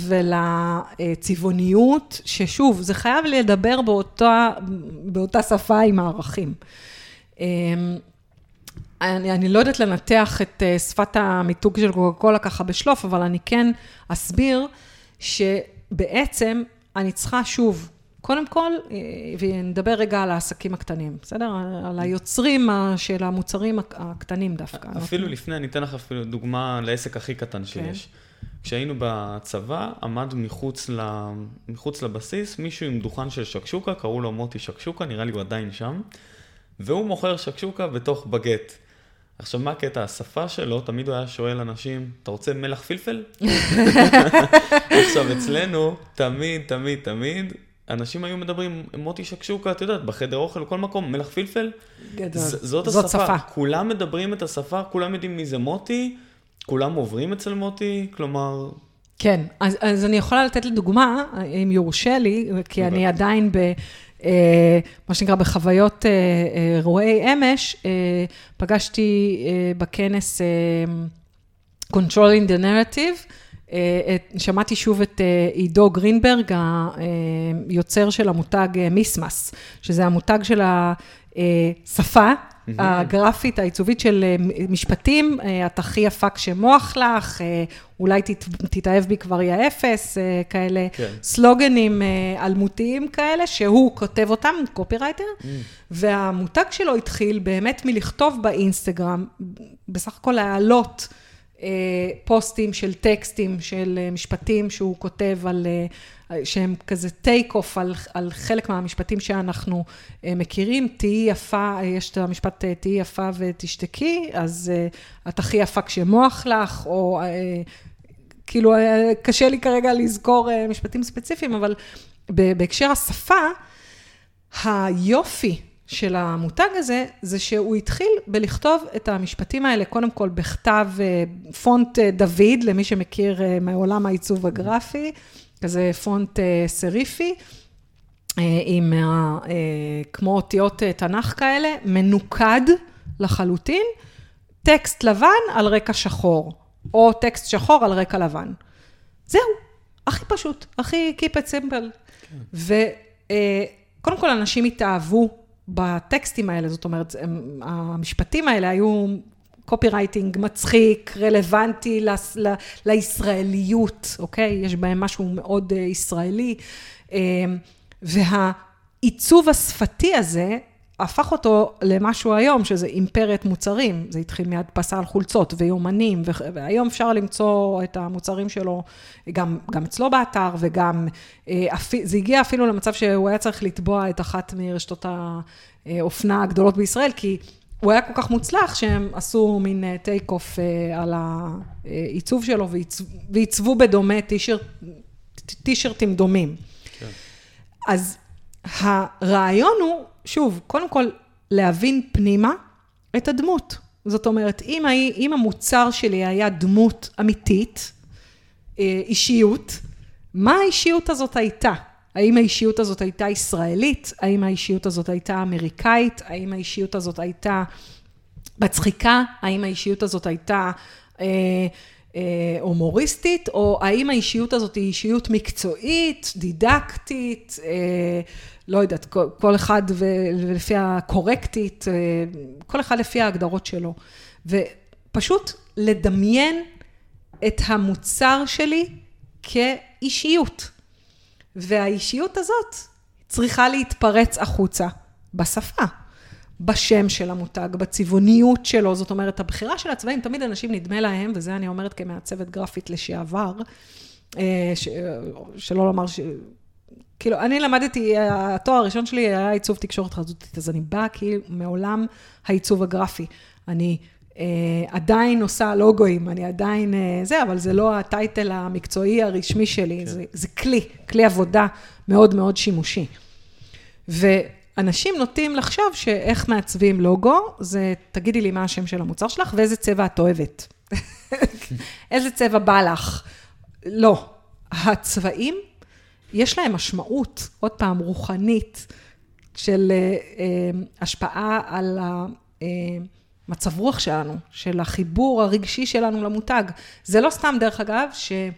ולצבעוניות, ששוב, זה חייב לדבר באותה, באותה שפה עם הערכים. אה, אני, אני לא יודעת לנתח את שפת המיתוג של קוקה קולה ככה בשלוף, אבל אני כן אסביר שבעצם אני צריכה שוב, קודם כל, ונדבר רגע על העסקים הקטנים, בסדר? על היוצרים של המוצרים הקטנים דווקא. אפילו לפני, אני אתן לך אפילו דוגמה לעסק הכי קטן שיש. כשהיינו בצבא, עמד מחוץ, ל... מחוץ לבסיס, מישהו עם דוכן של שקשוקה, קראו לו מוטי שקשוקה, נראה לי הוא עדיין שם, והוא מוכר שקשוקה בתוך בגט. עכשיו, מה הקטע? השפה שלו, תמיד הוא היה שואל אנשים, אתה רוצה מלח פלפל? עכשיו, אצלנו, תמיד, תמיד, תמיד, אנשים היו מדברים, מוטי שקשוקה, אתה יודעת, בחדר אוכל, בכל מקום, מלח פלפל. גדול. זאת, זאת השפה. שפה. כולם מדברים את השפה, כולם יודעים מי זה מוטי, כולם עוברים אצל מוטי, כלומר... כן, אז, אז אני יכולה לתת לדוגמה, אם יורשה לי, כי okay. אני עדיין ב... מה שנקרא בחוויות רואי אמש, פגשתי בכנס Controlling the Narrative, שמעתי שוב את עידו גרינברג, היוצר של המותג מיסמס, שזה המותג של השפה, הגרפית, העיצובית של משפטים, את הכי יפה כשמוח לך, אולי תתאהב בי כבר יהיה אפס, כאלה סלוגנים אלמותיים כאלה, שהוא כותב אותם, קופירייטר, והמותג שלו התחיל באמת מלכתוב באינסטגרם, בסך הכל להעלות פוסטים של טקסטים, של משפטים שהוא כותב על... שהם כזה טייק אוף על, על חלק מהמשפטים שאנחנו מכירים, תהי יפה, יש את המשפט תהי יפה ותשתקי, אז את הכי יפה כשמוח לך, או כאילו, קשה לי כרגע לזכור משפטים ספציפיים, אבל בהקשר השפה, היופי של המותג הזה, זה שהוא התחיל בלכתוב את המשפטים האלה, קודם כל בכתב פונט דוד, למי שמכיר מעולם העיצוב הגרפי, כזה פונט סריפי, עם כמו אותיות תנ"ך כאלה, מנוקד לחלוטין, טקסט לבן על רקע שחור, או טקסט שחור על רקע לבן. זהו, הכי פשוט, הכי keep it simple. וקודם כל אנשים התאהבו בטקסטים האלה, זאת אומרת, המשפטים האלה היו קופי רייטינג מצחיק, רלוונטי לישראליות, אוקיי? יש בהם משהו מאוד ישראלי, והעיצוב השפתי הזה, הפך אותו למשהו היום, שזה אימפריית מוצרים, זה התחיל מהדפסה על חולצות ויומנים, והיום אפשר למצוא את המוצרים שלו גם, גם אצלו באתר, וגם, זה הגיע אפילו למצב שהוא היה צריך לתבוע את אחת מרשתות האופנה הגדולות בישראל, כי הוא היה כל כך מוצלח, שהם עשו מין טייק אוף על העיצוב שלו, ועיצבו בדומה טישרטים דומים. כן. אז הרעיון הוא, שוב, קודם כל, להבין פנימה את הדמות. זאת אומרת, אם, אם המוצר שלי היה דמות אמיתית, אישיות, מה האישיות הזאת הייתה? האם האישיות הזאת הייתה ישראלית? האם האישיות הזאת הייתה אמריקאית? האם האישיות הזאת הייתה מצחיקה? האם האישיות הזאת הייתה אה, אה, הומוריסטית? או האם האישיות הזאת היא אישיות מקצועית, דידקטית, אה, לא יודעת, כל, כל אחד ולפי הקורקטית, כל אחד לפי ההגדרות שלו. ופשוט לדמיין את המוצר שלי כאישיות. והאישיות הזאת צריכה להתפרץ החוצה בשפה, בשם של המותג, בצבעוניות שלו. זאת אומרת, הבחירה של הצבעים, תמיד אנשים נדמה להם, וזה אני אומרת כמעצבת גרפית לשעבר, ש, שלא לומר ש... כאילו, אני למדתי, התואר הראשון שלי היה עיצוב תקשורת חזותית, אז אני באה כאילו מעולם העיצוב הגרפי. אני אה, עדיין עושה לוגויים, אני עדיין אה, זה, אבל זה לא הטייטל המקצועי הרשמי שלי, כן. זה, זה כלי, כלי עבודה מאוד מאוד שימושי. ואנשים נוטים לחשוב שאיך מעצבים לוגו, זה תגידי לי מה השם של המוצר שלך, ואיזה צבע את אוהבת. איזה צבע בא לך. לא, הצבעים, יש להם משמעות, עוד פעם, רוחנית, של אה, השפעה על המצב רוח שלנו, של החיבור הרגשי שלנו למותג. זה לא סתם דרך אגב,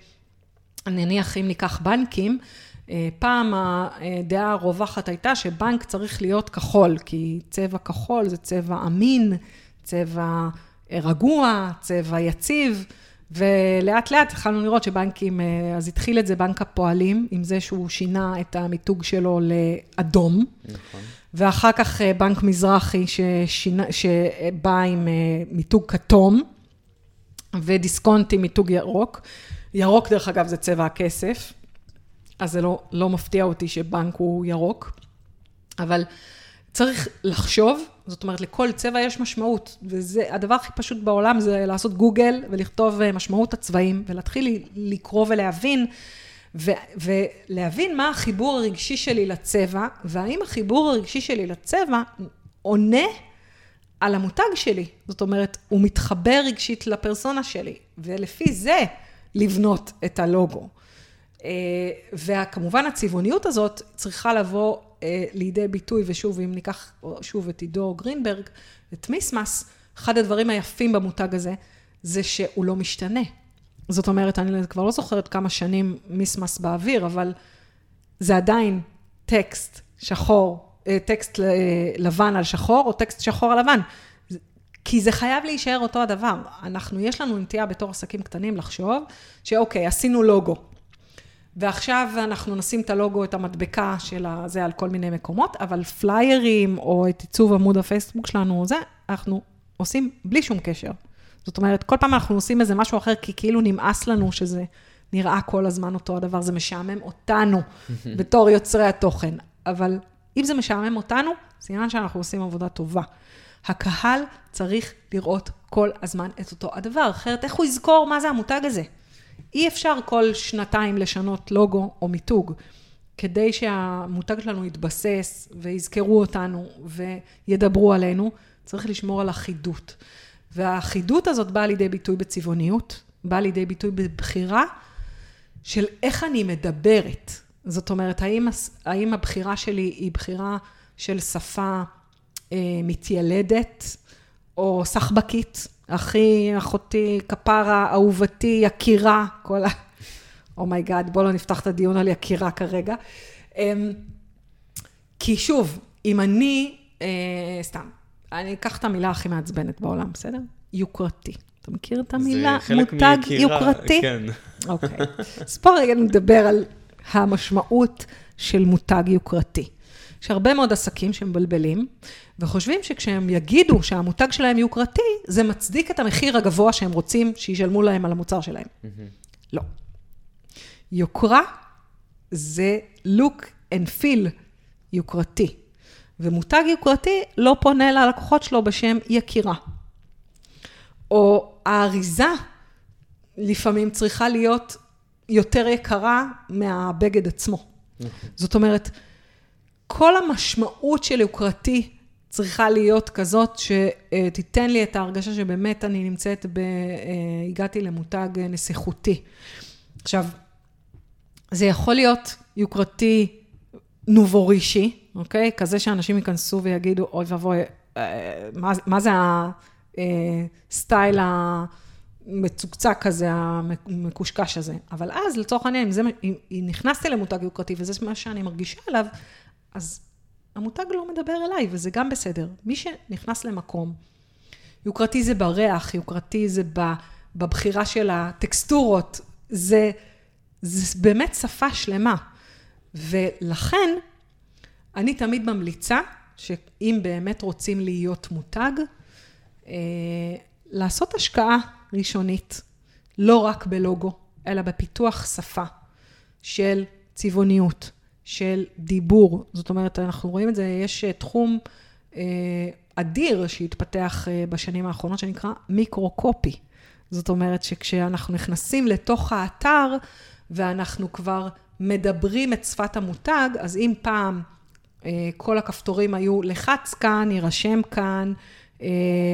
שנניח אם ניקח בנקים, אה, פעם הדעה הרווחת הייתה שבנק צריך להיות כחול, כי צבע כחול זה צבע אמין, צבע רגוע, צבע יציב, ולאט לאט התחלנו לראות שבנקים, אז התחיל את זה בנק הפועלים, עם זה שהוא שינה את המיתוג שלו לאדום, נכון. ואחר כך בנק מזרחי ששינה, שבא עם מיתוג כתום, ודיסקונטי מיתוג ירוק. ירוק דרך אגב זה צבע הכסף, אז זה לא, לא מפתיע אותי שבנק הוא ירוק, אבל צריך לחשוב, זאת אומרת, לכל צבע יש משמעות, וזה, הדבר הכי פשוט בעולם זה לעשות גוגל, ולכתוב משמעות הצבעים, ולהתחיל לקרוא ולהבין, ו, ולהבין מה החיבור הרגשי שלי לצבע, והאם החיבור הרגשי שלי לצבע עונה על המותג שלי. זאת אומרת, הוא מתחבר רגשית לפרסונה שלי, ולפי זה לבנות את הלוגו. וכמובן הצבעוניות הזאת צריכה לבוא לידי ביטוי, ושוב, אם ניקח שוב את עידו גרינברג, את מיסמס, אחד הדברים היפים במותג הזה, זה שהוא לא משתנה. זאת אומרת, אני כבר לא זוכרת כמה שנים מיסמס באוויר, אבל זה עדיין טקסט שחור, טקסט לבן על שחור, או טקסט שחור על לבן. כי זה חייב להישאר אותו הדבר. אנחנו, יש לנו נטייה בתור עסקים קטנים לחשוב, שאוקיי, עשינו לוגו. ועכשיו אנחנו נשים את הלוגו, את המדבקה של זה על כל מיני מקומות, אבל פליירים או את עיצוב עמוד הפייסבוק שלנו, זה אנחנו עושים בלי שום קשר. זאת אומרת, כל פעם אנחנו עושים איזה משהו אחר, כי כאילו נמאס לנו שזה נראה כל הזמן אותו הדבר, זה משעמם אותנו בתור יוצרי התוכן. אבל אם זה משעמם אותנו, זה עניין שאנחנו עושים עבודה טובה. הקהל צריך לראות כל הזמן את אותו הדבר, אחרת איך הוא יזכור מה זה המותג הזה? אי אפשר כל שנתיים לשנות לוגו או מיתוג, כדי שהמותג שלנו יתבסס ויזכרו אותנו וידברו עלינו, צריך לשמור על אחידות. והאחידות הזאת באה לידי ביטוי בצבעוניות, באה לידי ביטוי בבחירה של איך אני מדברת. זאת אומרת, האם, האם הבחירה שלי היא בחירה של שפה אה, מתיילדת, או סחבקית, אחי, אחותי, כפרה, אהובתי, יקירה, כל ה... אומייגאד, בואו לא נפתח את הדיון על יקירה כרגע. כי שוב, אם אני, אה, סתם, אני אקח את המילה הכי מעצבנת בעולם, בסדר? יוקרתי. אתה מכיר את המילה? מותג יוקרתי? כן. אוקיי. אז פה רגע נדבר על המשמעות של מותג יוקרתי. יש הרבה מאוד עסקים שמבלבלים, וחושבים שכשהם יגידו שהמותג שלהם יוקרתי, זה מצדיק את המחיר הגבוה שהם רוצים שישלמו להם על המוצר שלהם. לא. יוקרה זה look and feel יוקרתי. ומותג יוקרתי לא פונה ללקוחות שלו בשם יקירה. או האריזה לפעמים צריכה להיות יותר יקרה מהבגד עצמו. זאת אומרת, כל המשמעות של יוקרתי צריכה להיות כזאת שתיתן לי את ההרגשה שבאמת אני נמצאת, ב... הגעתי למותג נסיכותי. עכשיו, זה יכול להיות יוקרתי נובורישי, אוקיי? כזה שאנשים ייכנסו ויגידו, אוי ובוי, מה, מה זה הסטייל המצוקצק הזה, המקושקש הזה? אבל אז, לצורך העניין, אם, זה, אם, אם נכנסתי למותג יוקרתי, וזה מה שאני מרגישה עליו, אז המותג לא מדבר אליי, וזה גם בסדר. מי שנכנס למקום, יוקרתי זה בריח, יוקרתי זה בבחירה של הטקסטורות, זה, זה באמת שפה שלמה. ולכן, אני תמיד ממליצה, שאם באמת רוצים להיות מותג, אה, לעשות השקעה ראשונית, לא רק בלוגו, אלא בפיתוח שפה של צבעוניות, של דיבור. זאת אומרת, אנחנו רואים את זה, יש תחום אה, אדיר שהתפתח אה, בשנים האחרונות, שנקרא מיקרו-קופי. זאת אומרת שכשאנחנו נכנסים לתוך האתר, ואנחנו כבר מדברים את שפת המותג, אז אם פעם אה, כל הכפתורים היו לחץ כאן, יירשם כאן, אה,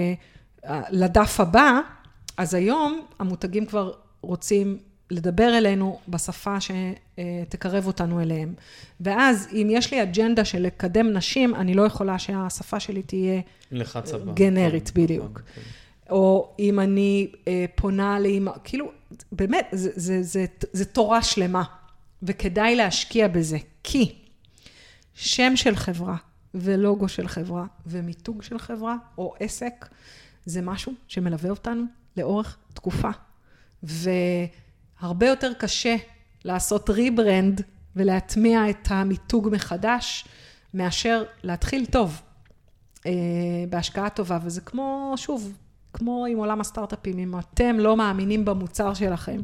לדף הבא, אז היום המותגים כבר רוצים לדבר אלינו בשפה שתקרב אותנו אליהם. ואז אם יש לי אג'נדה של לקדם נשים, אני לא יכולה שהשפה שלי תהיה גנרית בדיוק. או אם אני פונה לאמא, כאילו, באמת, זה, זה, זה, זה תורה שלמה, וכדאי להשקיע בזה, כי שם של חברה, ולוגו של חברה, ומיתוג של חברה, או עסק, זה משהו שמלווה אותנו לאורך תקופה. והרבה יותר קשה לעשות ריברנד, ולהטמיע את המיתוג מחדש, מאשר להתחיל טוב, בהשקעה טובה. וזה כמו, שוב, כמו עם עולם הסטארט-אפים, אם אתם לא מאמינים במוצר שלכם,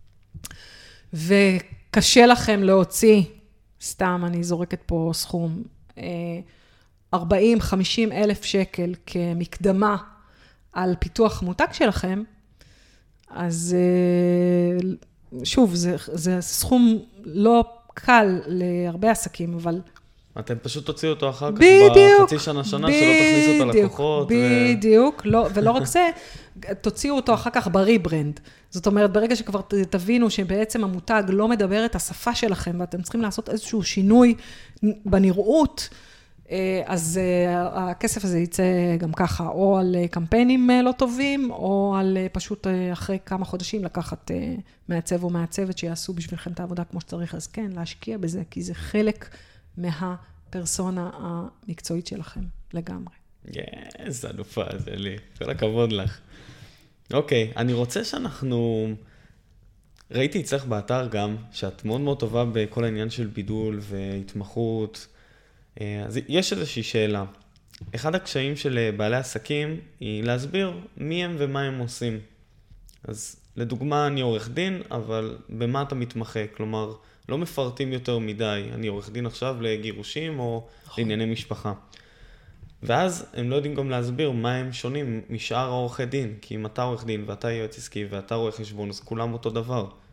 וקשה לכם להוציא, סתם אני זורקת פה סכום, ארבעים חמישים אלף שקל כמקדמה על פיתוח מותג שלכם, אז שוב, זה, זה סכום לא קל להרבה עסקים, אבל אתם פשוט תוציאו אותו אחר כך בדיוק, בחצי שנה שנה, בדיוק, שלא תכניסו את הלקוחות. בדיוק, ו... לא, ולא רק זה, תוציאו אותו אחר כך בריברנד. זאת אומרת, ברגע שכבר תבינו שבעצם המותג לא מדבר את השפה שלכם, ואתם צריכים לעשות איזשהו שינוי בנראות, אז הכסף הזה יצא גם ככה, או על קמפיינים לא טובים, או על פשוט אחרי כמה חודשים לקחת מעצב או מעצבת שיעשו בשבילכם את העבודה כמו שצריך. אז כן, להשקיע בזה, כי זה חלק מהפרסונה המקצועית שלכם לגמרי. יס, אלופה, זה לי. כל הכבוד לך. אוקיי, אני רוצה שאנחנו... ראיתי אצלך באתר גם, שאת מאוד מאוד טובה בכל העניין של בידול והתמחות. אז יש איזושהי שאלה. אחד הקשיים של בעלי עסקים היא להסביר מי הם ומה הם עושים. אז לדוגמה, אני עורך דין, אבל במה אתה מתמחה? כלומר, לא מפרטים יותר מדי. אני עורך דין עכשיו לגירושים או לענייני משפחה. ואז הם לא יודעים גם להסביר מה הם שונים משאר העורכי דין. כי אם אתה עורך דין ואתה יועץ עסקי ואתה רואה חשבון, אז כולם אותו דבר.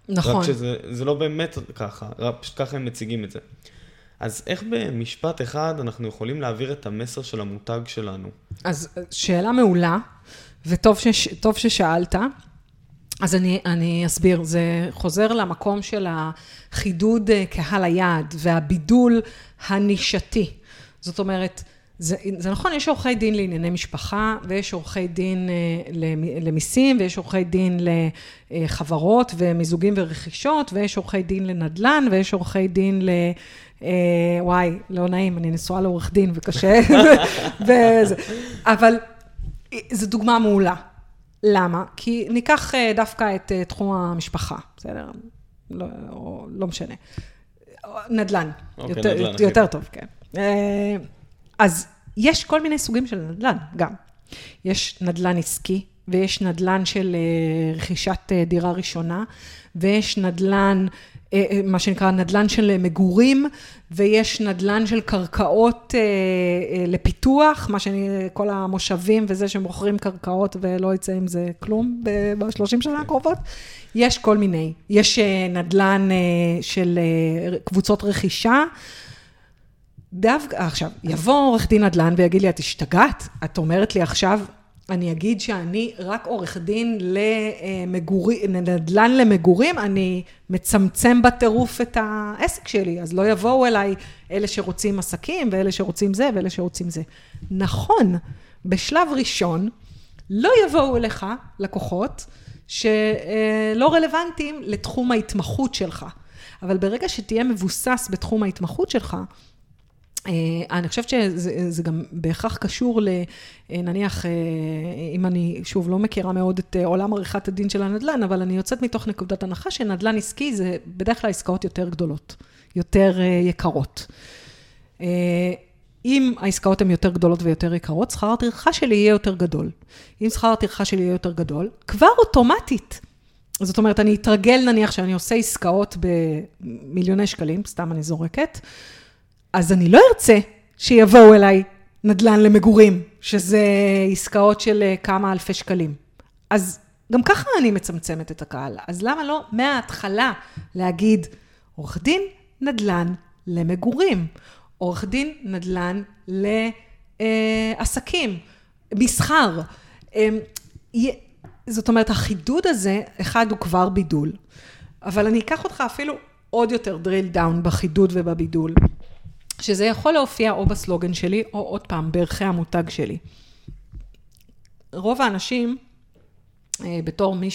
נכון. רק שזה זה לא באמת ככה, רק פשוט ככה הם מציגים את זה. אז איך במשפט אחד אנחנו יכולים להעביר את המסר של המותג שלנו? אז שאלה מעולה, וטוב שש, טוב ששאלת. אז אני, אני אסביר, זה חוזר למקום של החידוד קהל היעד והבידול הנישתי. זאת אומרת, זה, זה נכון, יש עורכי דין לענייני משפחה, ויש עורכי דין למיסים, ויש עורכי דין לחברות ומיזוגים ורכישות, ויש עורכי דין לנדלן, ויש עורכי דין ל... וואי, לא נעים, אני נשואה לעורך דין וקשה, וזה. אבל זו דוגמה מעולה. למה? כי ניקח דווקא את תחום המשפחה, בסדר? לא, לא משנה. נדלן, אוקיי, יותר, נדלן, יותר טוב, כן. אז יש כל מיני סוגים של נדלן, גם. יש נדלן עסקי, ויש נדלן של רכישת דירה ראשונה, ויש נדלן, מה שנקרא נדלן של מגורים, ויש נדלן של קרקעות לפיתוח, מה שאני, כל המושבים וזה שמוכרים קרקעות ולא יצא עם זה כלום ב-שלושים שנה הקרובות. יש כל מיני. יש נדלן של קבוצות רכישה, דווקא, עכשיו, יבוא עורך דין נדל"ן ויגיד לי, את השתגעת? את אומרת לי עכשיו, אני אגיד שאני רק עורך דין למגורים, נדל"ן למגורים, אני מצמצם בטירוף את העסק שלי, אז לא יבואו אליי אלה שרוצים עסקים, ואלה שרוצים זה, ואלה שרוצים זה. נכון, בשלב ראשון, לא יבואו אליך לקוחות שלא רלוונטיים לתחום ההתמחות שלך, אבל ברגע שתהיה מבוסס בתחום ההתמחות שלך, אני חושבת שזה גם בהכרח קשור לנניח, אם אני שוב לא מכירה מאוד את עולם עריכת הדין של הנדל"ן, אבל אני יוצאת מתוך נקודת הנחה שנדל"ן עסקי זה בדרך כלל עסקאות יותר גדולות, יותר יקרות. אם העסקאות הן יותר גדולות ויותר יקרות, שכר הטרחה שלי יהיה יותר גדול. אם שכר הטרחה שלי יהיה יותר גדול, כבר אוטומטית. זאת אומרת, אני אתרגל נניח שאני עושה עסקאות במיליוני שקלים, סתם אני זורקת, אז אני לא ארצה שיבואו אליי נדל"ן למגורים, שזה עסקאות של כמה אלפי שקלים. אז גם ככה אני מצמצמת את הקהל. אז למה לא מההתחלה להגיד, עורך דין נדל"ן למגורים, עורך דין נדל"ן לעסקים, מסחר. זאת אומרת, החידוד הזה, אחד הוא כבר בידול. אבל אני אקח אותך אפילו עוד יותר drill down בחידוד ובבידול. שזה יכול להופיע או בסלוגן שלי, או עוד פעם, בערכי המותג שלי. רוב האנשים, בתור מי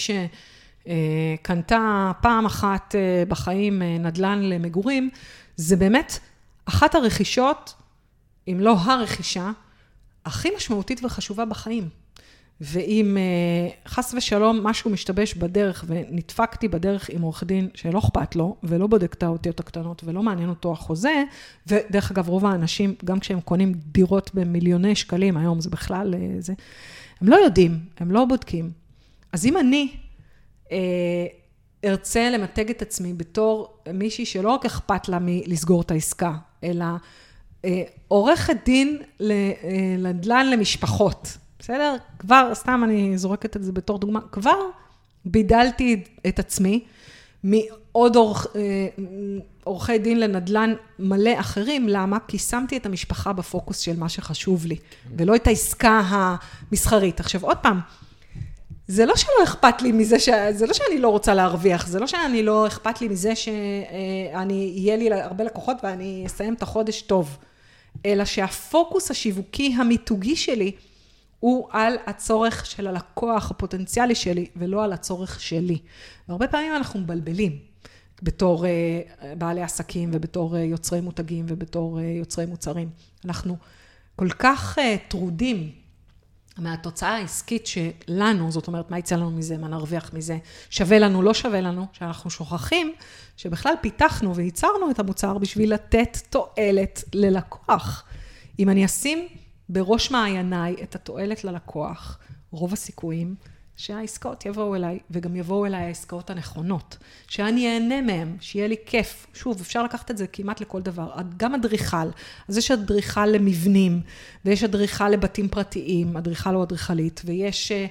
שקנתה פעם אחת בחיים נדל"ן למגורים, זה באמת אחת הרכישות, אם לא הרכישה, הכי משמעותית וחשובה בחיים. ואם חס ושלום משהו משתבש בדרך, ונדפקתי בדרך עם עורך דין שלא אכפת לו, ולא בודק את האותיות הקטנות, ולא מעניין אותו החוזה, ודרך אגב רוב האנשים, גם כשהם קונים דירות במיליוני שקלים, היום זה בכלל זה, הם לא יודעים, הם לא בודקים. אז אם אני אה, ארצה למתג את עצמי בתור מישהי שלא רק אכפת לה מלסגור את העסקה, אלא אה, עורכת דין לנדל"ן למשפחות, בסדר? כבר, סתם אני זורקת את זה בתור דוגמה, כבר בידלתי את עצמי מעוד עורכ, עורכי דין לנדל"ן מלא אחרים, למה? כי שמתי את המשפחה בפוקוס של מה שחשוב לי, ולא את העסקה המסחרית. עכשיו, עוד פעם, זה לא שלא אכפת לי מזה, ש... זה לא שאני לא רוצה להרוויח, זה לא שאני לא אכפת לי מזה שאני, יהיה לי הרבה לקוחות ואני אסיים את החודש טוב, אלא שהפוקוס השיווקי המיתוגי שלי, הוא על הצורך של הלקוח הפוטנציאלי שלי, ולא על הצורך שלי. והרבה פעמים אנחנו מבלבלים, בתור בעלי עסקים, ובתור יוצרי מותגים, ובתור יוצרי מוצרים. אנחנו כל כך טרודים מהתוצאה העסקית שלנו, זאת אומרת, מה יצא לנו מזה, מה נרוויח מזה, שווה לנו, לא שווה לנו, שאנחנו שוכחים, שבכלל פיתחנו וייצרנו את המוצר בשביל לתת תועלת ללקוח. אם אני אשים בראש מעייניי את התועלת ללקוח, רוב הסיכויים שהעסקאות יבואו אליי, וגם יבואו אליי העסקאות הנכונות, שאני אהנה מהם, שיהיה לי כיף. שוב, אפשר לקחת את זה כמעט לכל דבר, גם אדריכל. אז יש אדריכל למבנים, ויש אדריכל לבתים פרטיים, אדריכל או אדריכלית, ויש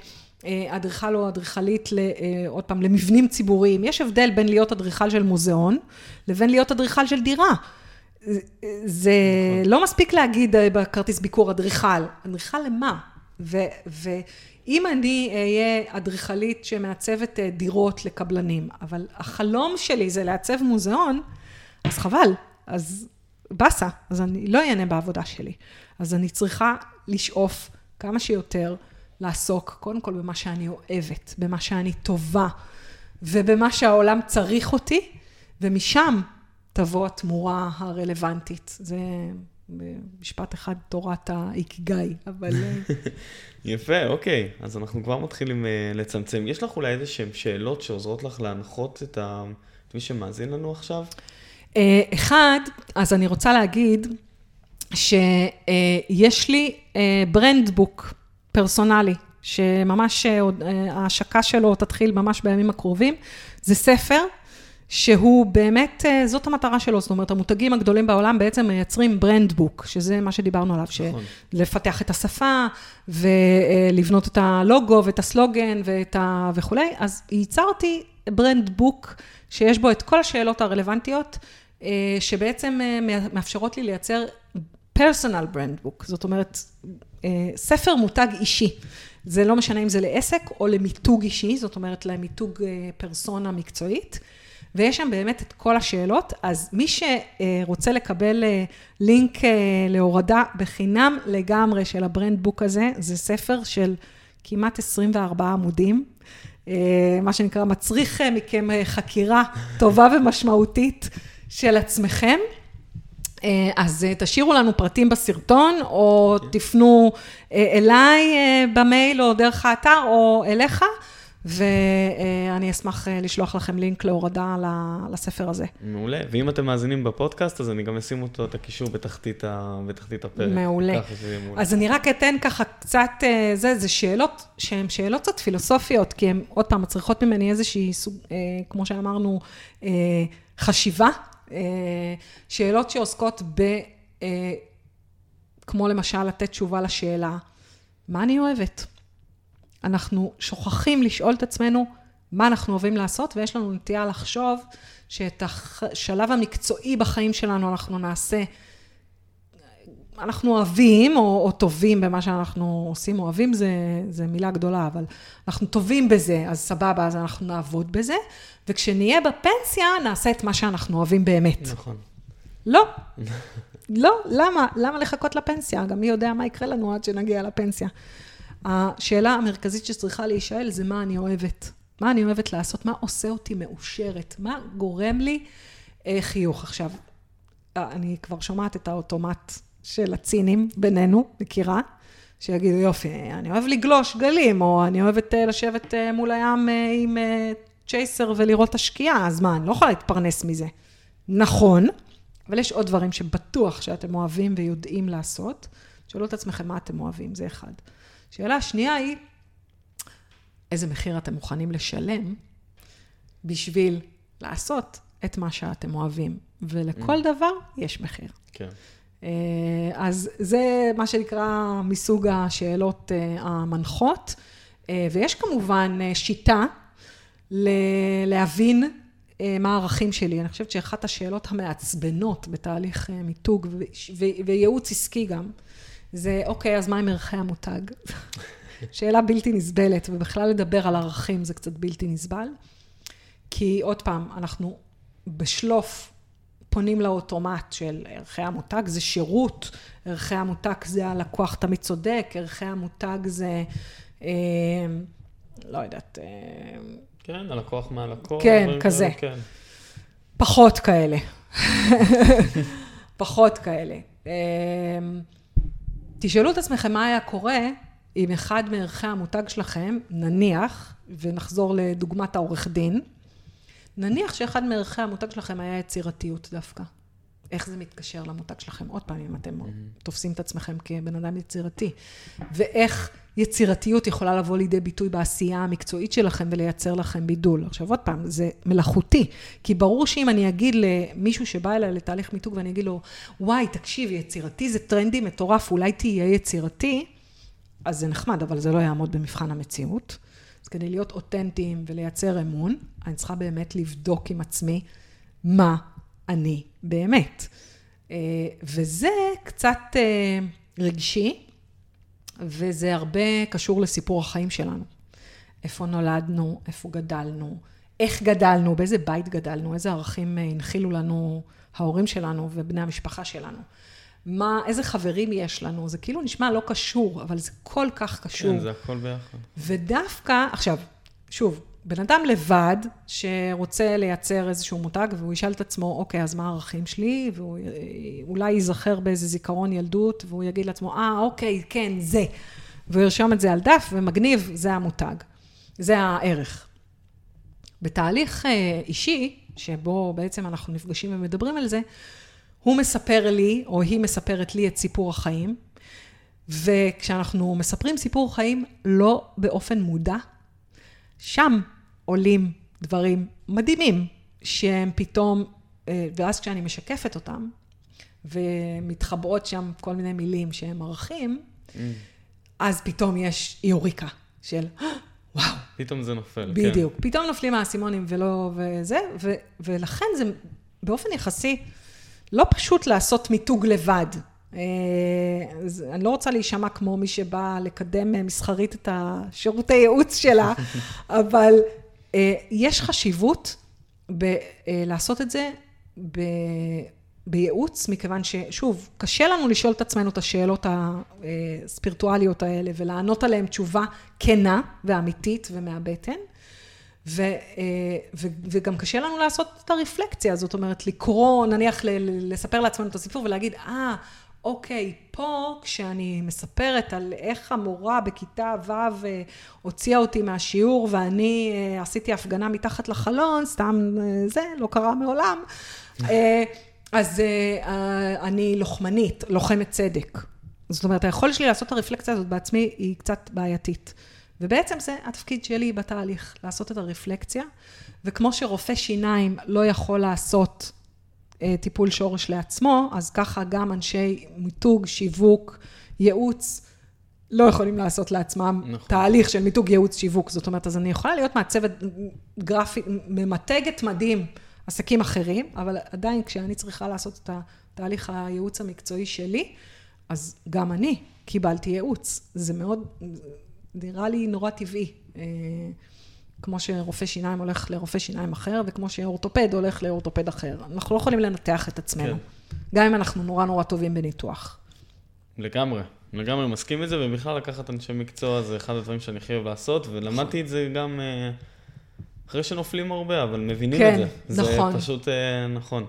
אדריכל או אדריכלית, עוד פעם, למבנים ציבוריים. יש הבדל בין להיות אדריכל של מוזיאון, לבין להיות אדריכל של דירה. זה לא מספיק להגיד בכרטיס ביקור אדריכל. אדריכל למה? ואם אני אהיה אדריכלית שמעצבת דירות לקבלנים, אבל החלום שלי זה לעצב מוזיאון, אז חבל, אז בסה, אז אני לא אענה בעבודה שלי. אז אני צריכה לשאוף כמה שיותר, לעסוק קודם כל במה שאני אוהבת, במה שאני טובה, ובמה שהעולם צריך אותי, ומשם תבוא התמורה הרלוונטית. זה במשפט אחד תורת האיקיגאי, אבל... יפה, אוקיי. אז אנחנו כבר מתחילים לצמצם. יש לך אולי איזה שהן שאלות שעוזרות לך להנחות את ה... מי שמאזין לנו עכשיו? אחד, אז אני רוצה להגיד שיש לי ברנדבוק פרסונלי, שממש ההשקה שלו תתחיל ממש בימים הקרובים. זה ספר שהוא באמת, זאת המטרה שלו, זאת אומרת, המותגים הגדולים בעולם בעצם מייצרים ברנדבוק, שזה מה שדיברנו עליו, לפתח את השפה, ולבנות את הלוגו ואת הסלוגן וכו'. אז ייצרתי ברנדבוק שיש בו את כל השאלות הרלוונטיות, שבעצם מאפשרות לי לייצר פרסונל ברנדבוק, זאת אומרת, ספר מותג אישי. זה לא משנה אם זה לעסק או למיתוג אישי, זאת אומרת, למיתוג פרסונה מקצועית, ויש שם באמת את כל השאלות, אז מי שרוצה לקבל לינק להורדה בחינם לגמרי של הברנדבוק הזה, זה ספר של כמעט עשרים וארבעה עמודים, מה שנקרא מצריך מכם חקירה טובה ומשמעותית של עצמכם, אז תשאירו לנו פרטים בסרטון, או תפנו אליי במייל, או דרך האתר, או אליך, ואני אשמח לשלוח לכם לינק להורדה לספר הזה. מעולה, ואם אתם מאזינים בפודקאסט, אז אני גם אשים אותו, את הקישור בתחתית הפרק. מעולה. אז אני רק אתן ככה קצת, זה, זה שאלות, שהן שאלות קצת פילוסופיות, כי הן עוד פעם מצריכות ממני איזושהי, כמו שאמרנו, חשיבה, שאלות שעוסקות ב, כמו למשל לתת תשובה לשאלה, מה אני אוהבת? אנחנו שוכחים לשאול את עצמנו מה אנחנו אוהבים לעשות, ויש לנו נטייה לחשוב שאת השלב המקצועי בחיים שלנו אנחנו נעשה, אנחנו אוהבים או, או טובים במה שאנחנו עושים, אוהבים זה, זה מילה גדולה, אבל אנחנו טובים בזה, אז סבבה, אז אנחנו נעבוד בזה, וכשנהיה בפנסיה נעשה את מה שאנחנו אוהבים באמת. נכון. לא, לא, למה? למה לחכות לפנסיה? גם מי יודע מה יקרה לנו עד שנגיע לפנסיה. השאלה המרכזית שצריכה להישאל זה מה אני אוהבת. מה אני אוהבת לעשות? מה עושה אותי מאושרת? מה גורם לי אה, חיוך? עכשיו, אני כבר שומעת את האוטומט של הצינים בינינו, מכירה, שיגידו יופי, אני אוהב לגלוש גלים, או אני אוהבת אה, לשבת אה, מול הים אה, עם אה, צ'ייסר ולראות את השקיעה, אז מה, אני לא יכולה להתפרנס מזה. נכון, אבל יש עוד דברים שבטוח שאתם אוהבים ויודעים לעשות. שאלו את עצמכם מה אתם אוהבים, זה אחד. שאלה השנייה היא, איזה מחיר אתם מוכנים לשלם בשביל לעשות את מה שאתם אוהבים, ולכל דבר יש מחיר. כן. אז זה מה שנקרא מסוג השאלות המנחות, ויש כמובן שיטה להבין מה הערכים שלי. אני חושבת שאחת השאלות המעצבנות בתהליך מיתוג וייעוץ עסקי גם, זה אוקיי, אז מה עם ערכי המותג? שאלה בלתי נסבלת, ובכלל לדבר על ערכים זה קצת בלתי נסבל, כי עוד פעם, אנחנו בשלוף פונים לאוטומט של ערכי המותג, זה שירות, ערכי המותג זה הלקוח תמיד צודק, ערכי המותג זה, אה, לא יודעת, אה, כן, הלקוח מהלקוח. כן, כזה. כן. פחות כאלה. פחות כאלה. אה, תשאלו את עצמכם מה היה קורה אם אחד מערכי המותג שלכם, נניח, ונחזור לדוגמת העורך דין, נניח שאחד מערכי המותג שלכם היה יצירתיות דווקא. איך זה מתקשר למותג שלכם? עוד פעם, אם אתם mm-hmm. תופסים את עצמכם כבן אדם יצירתי. ואיך יצירתיות יכולה לבוא לידי ביטוי בעשייה המקצועית שלכם ולייצר לכם בידול. עכשיו עוד פעם, זה מלאכותי. כי ברור שאם אני אגיד למישהו שבא אליי לתהליך מיתוג ואני אגיד לו, וואי, תקשיב, יצירתי זה טרנדי מטורף, אולי תהיה יצירתי, אז זה נחמד, אבל זה לא יעמוד במבחן המציאות. אז כדי להיות אותנטיים ולייצר אמון, אני צריכה באמת לבדוק עם עצמי מה אני באמת. וזה קצת רגשי, וזה הרבה קשור לסיפור החיים שלנו. איפה נולדנו, איפה גדלנו, איך גדלנו, באיזה בית גדלנו, איזה ערכים הנחילו לנו ההורים שלנו ובני המשפחה שלנו. מה, איזה חברים יש לנו, זה כאילו נשמע לא קשור, אבל זה כל כך קשור. כן, זה הכל ביחד. ודווקא, עכשיו, שוב, בן אדם לבד שרוצה לייצר איזשהו מותג, והוא ישאל את עצמו, אוקיי, אז מה הערכים שלי? והוא אולי ייזכר באיזה זיכרון ילדות, והוא יגיד לעצמו, אה, אוקיי, כן, זה. והוא ירשום את זה על דף, ומגניב, זה המותג. זה הערך. בתהליך אישי, שבו בעצם אנחנו נפגשים ומדברים על זה, הוא מספר לי, או היא מספרת לי את סיפור החיים, וכשאנחנו מספרים סיפור חיים לא באופן מודע, שם עולים דברים מדהימים, שהם פתאום, ואז כשאני משקפת אותם, ומתחברות שם כל מיני מילים שהם ערכים, mm. אז פתאום יש יוריקה של, וואו. פתאום זה נופל. בדיוק. כן. פתאום נופלים האסימונים ולא, וזה, ו, ולכן זה באופן יחסי, לא פשוט לעשות מיתוג לבד. אני לא רוצה להישמע כמו מי שבא לקדם מסחרית את השירותי ייעוץ שלה, אבל יש חשיבות לעשות את זה בייעוץ, מכיוון ששוב, קשה לנו לשאול את עצמנו את השאלות הספירטואליות האלה, ולענות עליהן תשובה כנה ואמיתית ומהבטן, ו, ו, וגם קשה לנו לעשות את הרפלקציה, זאת אומרת, לקרוא, נניח לספר לעצמנו את הסיפור ולהגיד, אה, אוקיי, פה כשאני מספרת על איך המורה בכיתה ו' הוציאה אותי מהשיעור ואני עשיתי הפגנה מתחת לחלון, סתם זה, לא קרה מעולם, אז אני לוחמנית, לוחמת צדק. זאת אומרת, היכולת שלי לעשות את הרפלקציה הזאת בעצמי היא קצת בעייתית. ובעצם זה התפקיד שלי בתהליך, לעשות את הרפלקציה, וכמו שרופא שיניים לא יכול לעשות טיפול שורש לעצמו, אז ככה גם אנשי מיתוג, שיווק, ייעוץ, לא יכולים לעשות לעצמם נכון. תהליך של מיתוג, ייעוץ, שיווק. זאת אומרת, אז אני יכולה להיות מעצבת גרפי, ממתגת מדהים עסקים אחרים, אבל עדיין כשאני צריכה לעשות את התהליך הייעוץ המקצועי שלי, אז גם אני קיבלתי ייעוץ. זה מאוד, נראה לי נורא טבעי. כמו שרופא שיניים הולך לרופא שיניים אחר, וכמו שאורתופד הולך לאורתופד אחר. אנחנו לא יכולים לנתח את עצמנו. כן. גם אם אנחנו נורא נורא טובים בניתוח. לגמרי. לגמרי מסכים את זה, ובכלל לקחת אנשי מקצוע, זה אחד הדברים שאני חייב לעשות, ולמדתי את זה גם אחרי שנופלים הרבה, אבל מבינים כן, את זה. נכון. זה פשוט נכון.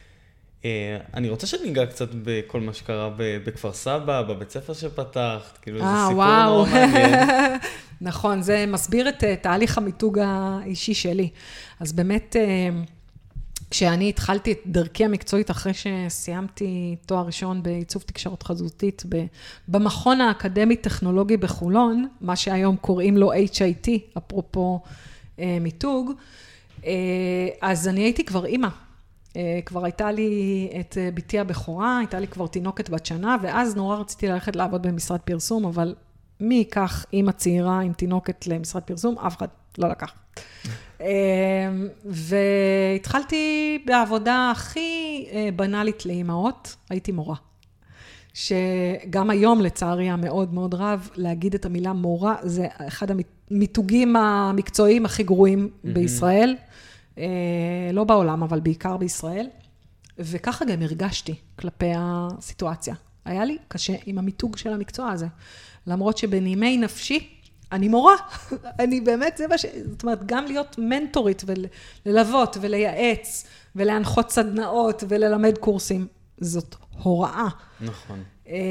אני רוצה שניגע קצת בכל מה שקרה בכפר סבא, בבית ספר שפתחת, כאילו זה סיפור נורא מעניין. נכון, זה מסביר את תהליך המיתוג האישי שלי. אז באמת, כשאני התחלתי את דרכי המקצועית, אחרי שסיימתי תואר ראשון בעיצוב תקשורת חזותית, במכון האקדמי-טכנולוגי בחולון, מה שהיום קוראים לו אייץ' איי טי, אפרופו מיתוג, אז אני הייתי כבר אימא. כבר הייתה לי את ביתי הבכורה, הייתה לי כבר תינוקת בת שנה, ואז נורא רציתי ללכת לעבוד במשרד פרסום, אבל מי ייקח אימא צעירה עם תינוקת למשרד פרסום? אף אחד לא לקח. והתחלתי בעבודה הכי בנאלית לאימהות, הייתי מורה. שגם היום לצערי המאוד מאוד רב, להגיד את המילה מורה, זה אחד המיתוגים המקצועיים הכי גרועים בישראל, לא בעולם, אבל בעיקר בישראל, וככה גם הרגשתי כלפי הסיטואציה. היה לי קשה עם המיתוג של המקצוע הזה, למרות שבנימי נפשי, אני מורה, אני באמת, זה מה ש... זאת אומרת, גם להיות מנטורית וללוות ולייעץ ולהנחות סדנאות וללמד קורסים, זאת הוראה. נכון.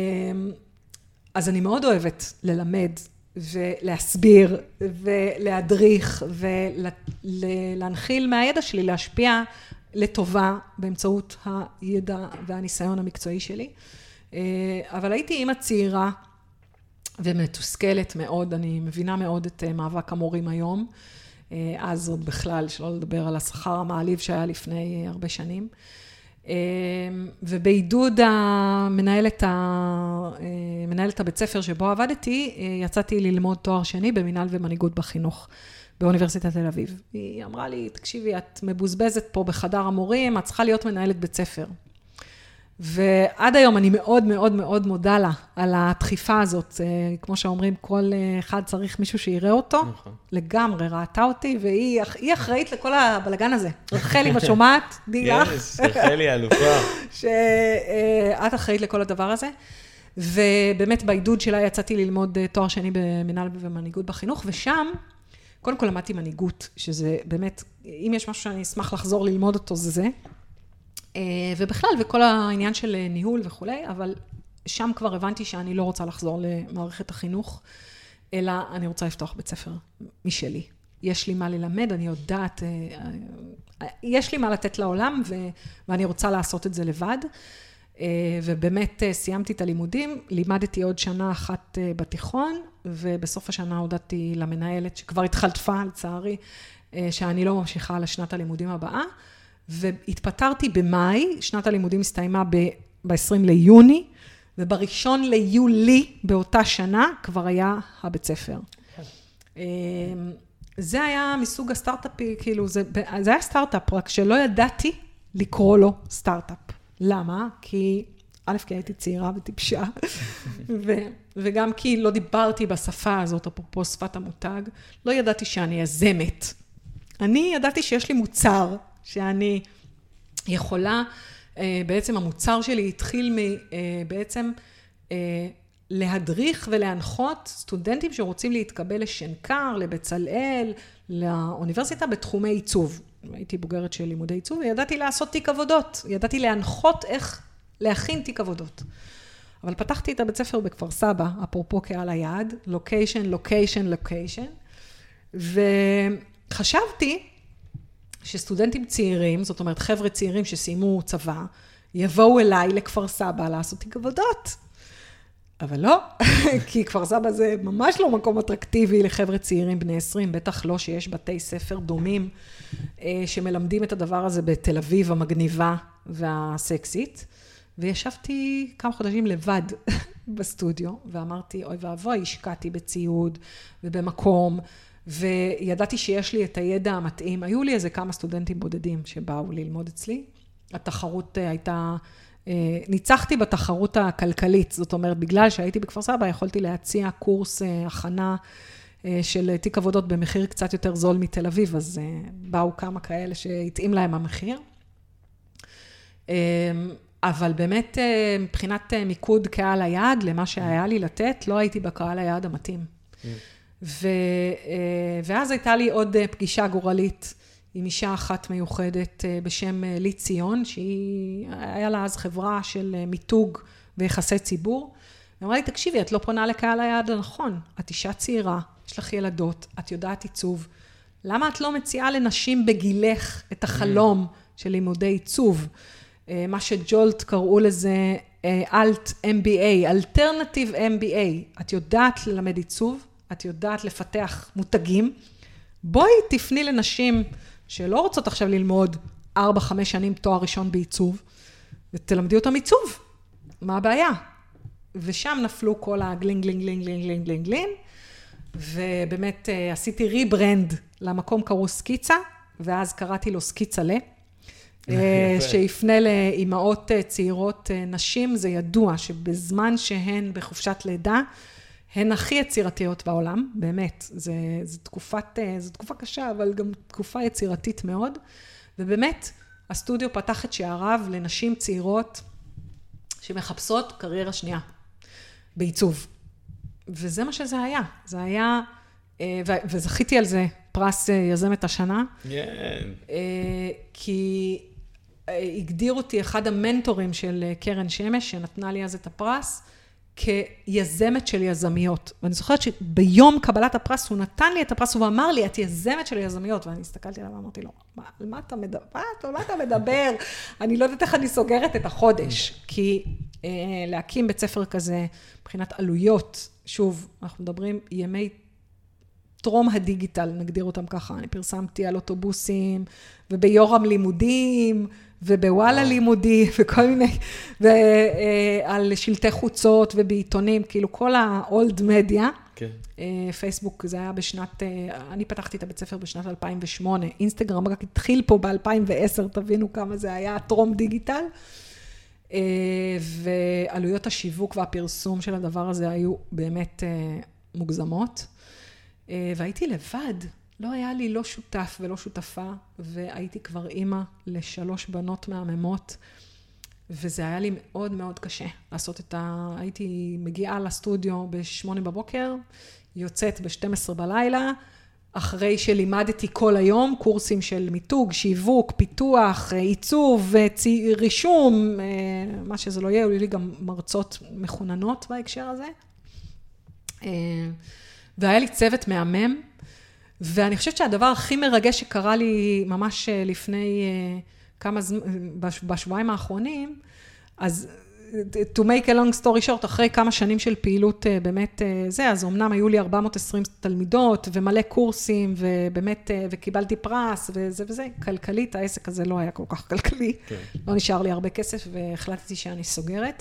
אז אני מאוד אוהבת ללמד ולהסביר ולהדריך ולהנחיל מהידע שלי, להשפיע לטובה באמצעות הידע והניסיון המקצועי שלי. אבל הייתי אימא צעירה ומתוסכלת מאוד, אני מבינה מאוד את מאבק המורים היום, אז עוד בכלל, שלא לדבר על השכר המעליב שהיה לפני הרבה שנים. ובעידוד המנהלת, מנהלת הבית ספר שבו עבדתי, יצאתי ללמוד תואר שני במנהל ומנהיגות בחינוך באוניברסיטת תל אביב. היא אמרה לי, תקשיבי, את מבוזבזת פה בחדר המורים, את צריכה להיות מנהלת בית ספר. ועד היום אני מאוד מאוד מאוד מודה לה על הדחיפה הזאת. כמו שאומרים, כל אחד צריך מישהו שיראה אותו. נכון. לגמרי, ראתה אותי, והיא אחראית לכל הבלגן הזה. רחלי, מה שומעת? די לך. יש, רחלי אלופה. שאת אחראית לכל הדבר הזה. ובאמת בעידוד שלה יצאתי ללמוד תואר שני במנהל ומנהיגות בחינוך, ושם, קודם כל למדתי מנהיגות, שזה באמת, אם יש משהו שאני אשמח לחזור ללמוד אותו, זה זה. ובכלל, וכל העניין של ניהול וכולי, אבל שם כבר הבנתי שאני לא רוצה לחזור למערכת החינוך, אלא אני רוצה לפתוח בית ספר משלי. יש לי מה ללמד, אני יודעת, יש לי מה לתת לעולם, ואני רוצה לעשות את זה לבד. ובאמת סיימתי את הלימודים, לימדתי עוד שנה אחת בתיכון, ובסוף השנה הודעתי למנהלת, שכבר התחלפה לצערי, שאני לא ממשיכה לשנת הלימודים הבאה, והתפטרתי במאי, שנת הלימודים הסתיימה ב-עשרים ליוני, ובראשון ליולי באותה שנה כבר היה הבית ספר. זה היה מסוג הסטארט-אפי, כאילו, זה, זה היה סטארט-אפ, רק שלא ידעתי לקרוא לו סטארט-אפ. למה? כי, א', כי הייתי צעירה וטיפשה, ו, וגם כי לא דיברתי בשפה הזאת, אפרופו שפת המותג, לא ידעתי שאני יזמת. אני ידעתי שיש לי מוצר, שאני יכולה, בעצם המוצר שלי התחיל בעצם להדריך ולהנחות סטודנטים שרוצים להתקבל לשנקר, לבצלאל, לאוניברסיטה בתחומי עיצוב. הייתי בוגרת של לימודי עיצוב, וידעתי לעשות תיק עבודות, ידעתי להנחות איך להכין תיק עבודות. אבל פתחתי את הבית ספר בכפר סבא, אפרופו קהל היעד, לוקיישן, לוקיישן, לוקיישן, וחשבתי שסטודנטים צעירים, זאת אומרת חבר'ה צעירים שסיימו צבא, יבואו אליי לכפר סבא לעשות תיק עבודות. אבל לא, כי כפר סבא זה ממש לא מקום אטרקטיבי לחבר'ה צעירים בני עשרים, בטח לא שיש בתי ספר דומים שמלמדים את הדבר הזה בתל אביב המגניבה והסקסית. וישבתי כמה חודשים לבד בסטודיו, ואמרתי, אוי ואבוי, השקעתי בציוד ובמקום, וידעתי שיש לי את הידע המתאים. היו לי איזה כמה סטודנטים בודדים שבאו ללמוד אצלי. התחרות הייתה, ניצחתי בתחרות הכלכלית, זאת אומרת, בגלל שהייתי בכפר סבא, יכולתי להציע קורס הכנה של תיק עבודות במחיר קצת יותר זול מתל אביב, אז באו כמה כאלה שהתאים להם המחיר. אבל באמת, מבחינת מיקוד קהל היעד, למה שהיה לי לתת, לא הייתי בקהל היעד המתאים. ו, ואז הייתה לי עוד פגישה גורלית עם אישה אחת מיוחדת בשם לי ציון, שהיא, היה לה אז חברה של מיתוג ויחסי ציבור. היא אמרה לי, תקשיבי, את לא פונה לקהל היעד הנכון, את אישה צעירה, יש לך ילדות, את יודעת עיצוב. למה את לא מציעה לנשים בגילך את החלום של לימודי עיצוב? מה שג'ולט קראו לזה אלט אם בי איי, אלטרנטיב אם בי איי. את יודעת ללמד עיצוב, את יודעת לפתח מותגים. בואי תפני לנשים שלא רוצות עכשיו ללמוד ארבע, חמש שנים תואר ראשון בעיצוב, ותלמדי אותם עיצוב. מה הבעיה? ושם נפלו כל הגלינג, גלינג, גלינג, גלינג, גלינג, גלינג, גלינג, ובאמת עשיתי ריברנד למקום קראו סקיצה, ואז קראתי לו סקיצה ל, שיפנה לאימהות צעירות נשים. זה ידוע שבזמן שהן בחופשת לידה, הן הכי יצירתיות בעולם, באמת. זה, זה תקופת, זו תקופה קשה, אבל גם תקופה יצירתית מאוד. ובאמת, הסטודיו פתח את שעריו לנשים צעירות שמחפשות קריירה שנייה בעיצוב. וזה מה שזה היה. זה היה, וזכיתי על זה פרס יזמת השנה. Yeah. כי הגדיר אותי אחד המנטורים של קרן שמש, שנתנה לי אז את הפרס, כיזמת של יזמיות. ואני זוכרת שביום קבלת הפרס, הוא נתן לי את הפרס, הוא אמר לי, את יזמת של יזמיות. ואני הסתכלתי עליו ואמרתי לו, על מה אתה מדבר? על מה אתה מדבר? אני לא יודעת איך אני סוגרת את החודש. כי אה, להקים בית ספר כזה, מבחינת עלויות, שוב, אנחנו מדברים ימי טרום הדיגיטל, נגדיר אותם ככה. אני פרסמתי על אוטובוסים, וביורם לימודים, ובוואלה לימודי, וכל מיני, ועל שלטי חוצות ובעיתונים, כאילו כל האולד מדיה. כן. פייסבוק זה היה בשנת, אני פתחתי את הבית ספר בשנת אלפיים ושמונה, אינסטגרם רק התחיל פה ב-אלפיים ועשר, תבינו כמה זה היה טרום דיגיטל, ועלויות השיווק והפרסום של הדבר הזה היו באמת מוגזמות, והייתי לבד, לא היה לי לא שותף ולא שותפה, והייתי כבר אימא לשלוש בנות מהממות, וזה היה לי מאוד מאוד קשה לעשות את ה... הייתי מגיעה לסטודיו בשמונה בבוקר, יוצאת ב-שתים עשרה בלילה, אחרי שלימדתי כל היום, קורסים של מיתוג, שיווק, פיתוח, עיצוב, רישום, מה שזה לא יהיה, היו לי גם מרצות מחוננות בהקשר הזה. והיה לי צוות מהמם, ואני חושבת שהדבר הכי מרגש שקרה לי ממש לפני כמה זמן, בשבועיים האחרונים, אז to make a long story short, אחרי כמה שנים של פעילות באמת זה, אז אמנם היו לי ארבע מאות ועשרים תלמידות ומלא קורסים, ובאמת, וקיבלתי פרס וזה וזה, כלכלית, העסק הזה לא היה כל כך כלכלי, כן. לא נשאר לי הרבה כסף, והחלטתי שאני סוגרת.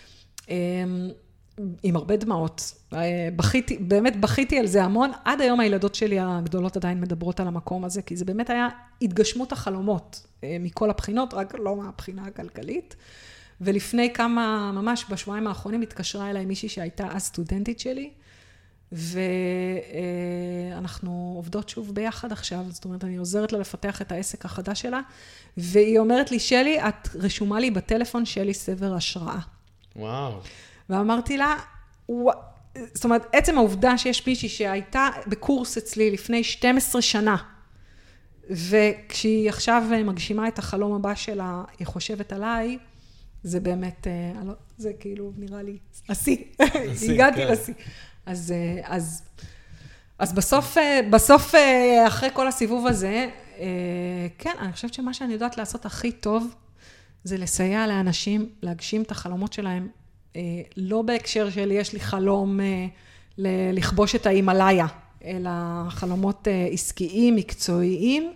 עם הרבה דמעות, בכיתי, באמת בכיתי על זה המון, עד היום הילדות שלי הגדולות עדיין מדברות על המקום הזה, כי זה באמת היה התגשמות החלומות, מכל הבחינות, רק לא מהבחינה הכלכלית, ולפני כמה, ממש בשבועיים האחרונים, התקשרה אליי מישהי שהייתה אז סטודנטית שלי, ואנחנו עובדות שוב ביחד עכשיו, זאת אומרת, אני עוזרת לה לפתח את העסק החדש שלה, והיא אומרת לי, שלי, את רשומה לי בטלפון שלי סבר השראה. וואו. ואמרתי לה, זאת אומרת, עצם העובדה שיש מישהי שהייתה בקורס אצלי לפני שתים עשרה שנה, וכשהיא עכשיו מגשימה את החלום הבא שלה, היא חושבת עליי, זה באמת, זה כאילו נראה לי, עשי, הגעתי לעשי. אז, אז, אז בסוף, בסוף, אחרי כל הסיבוב הזה, כן, אני חושבת שמה שאני יודעת לעשות הכי טוב, זה לסייע לאנשים להגשים את החלומות שלהם, לא בהקשר של יש לי חלום לכבוש את ההימאליה, אלא חלומות עסקיים, מקצועיים,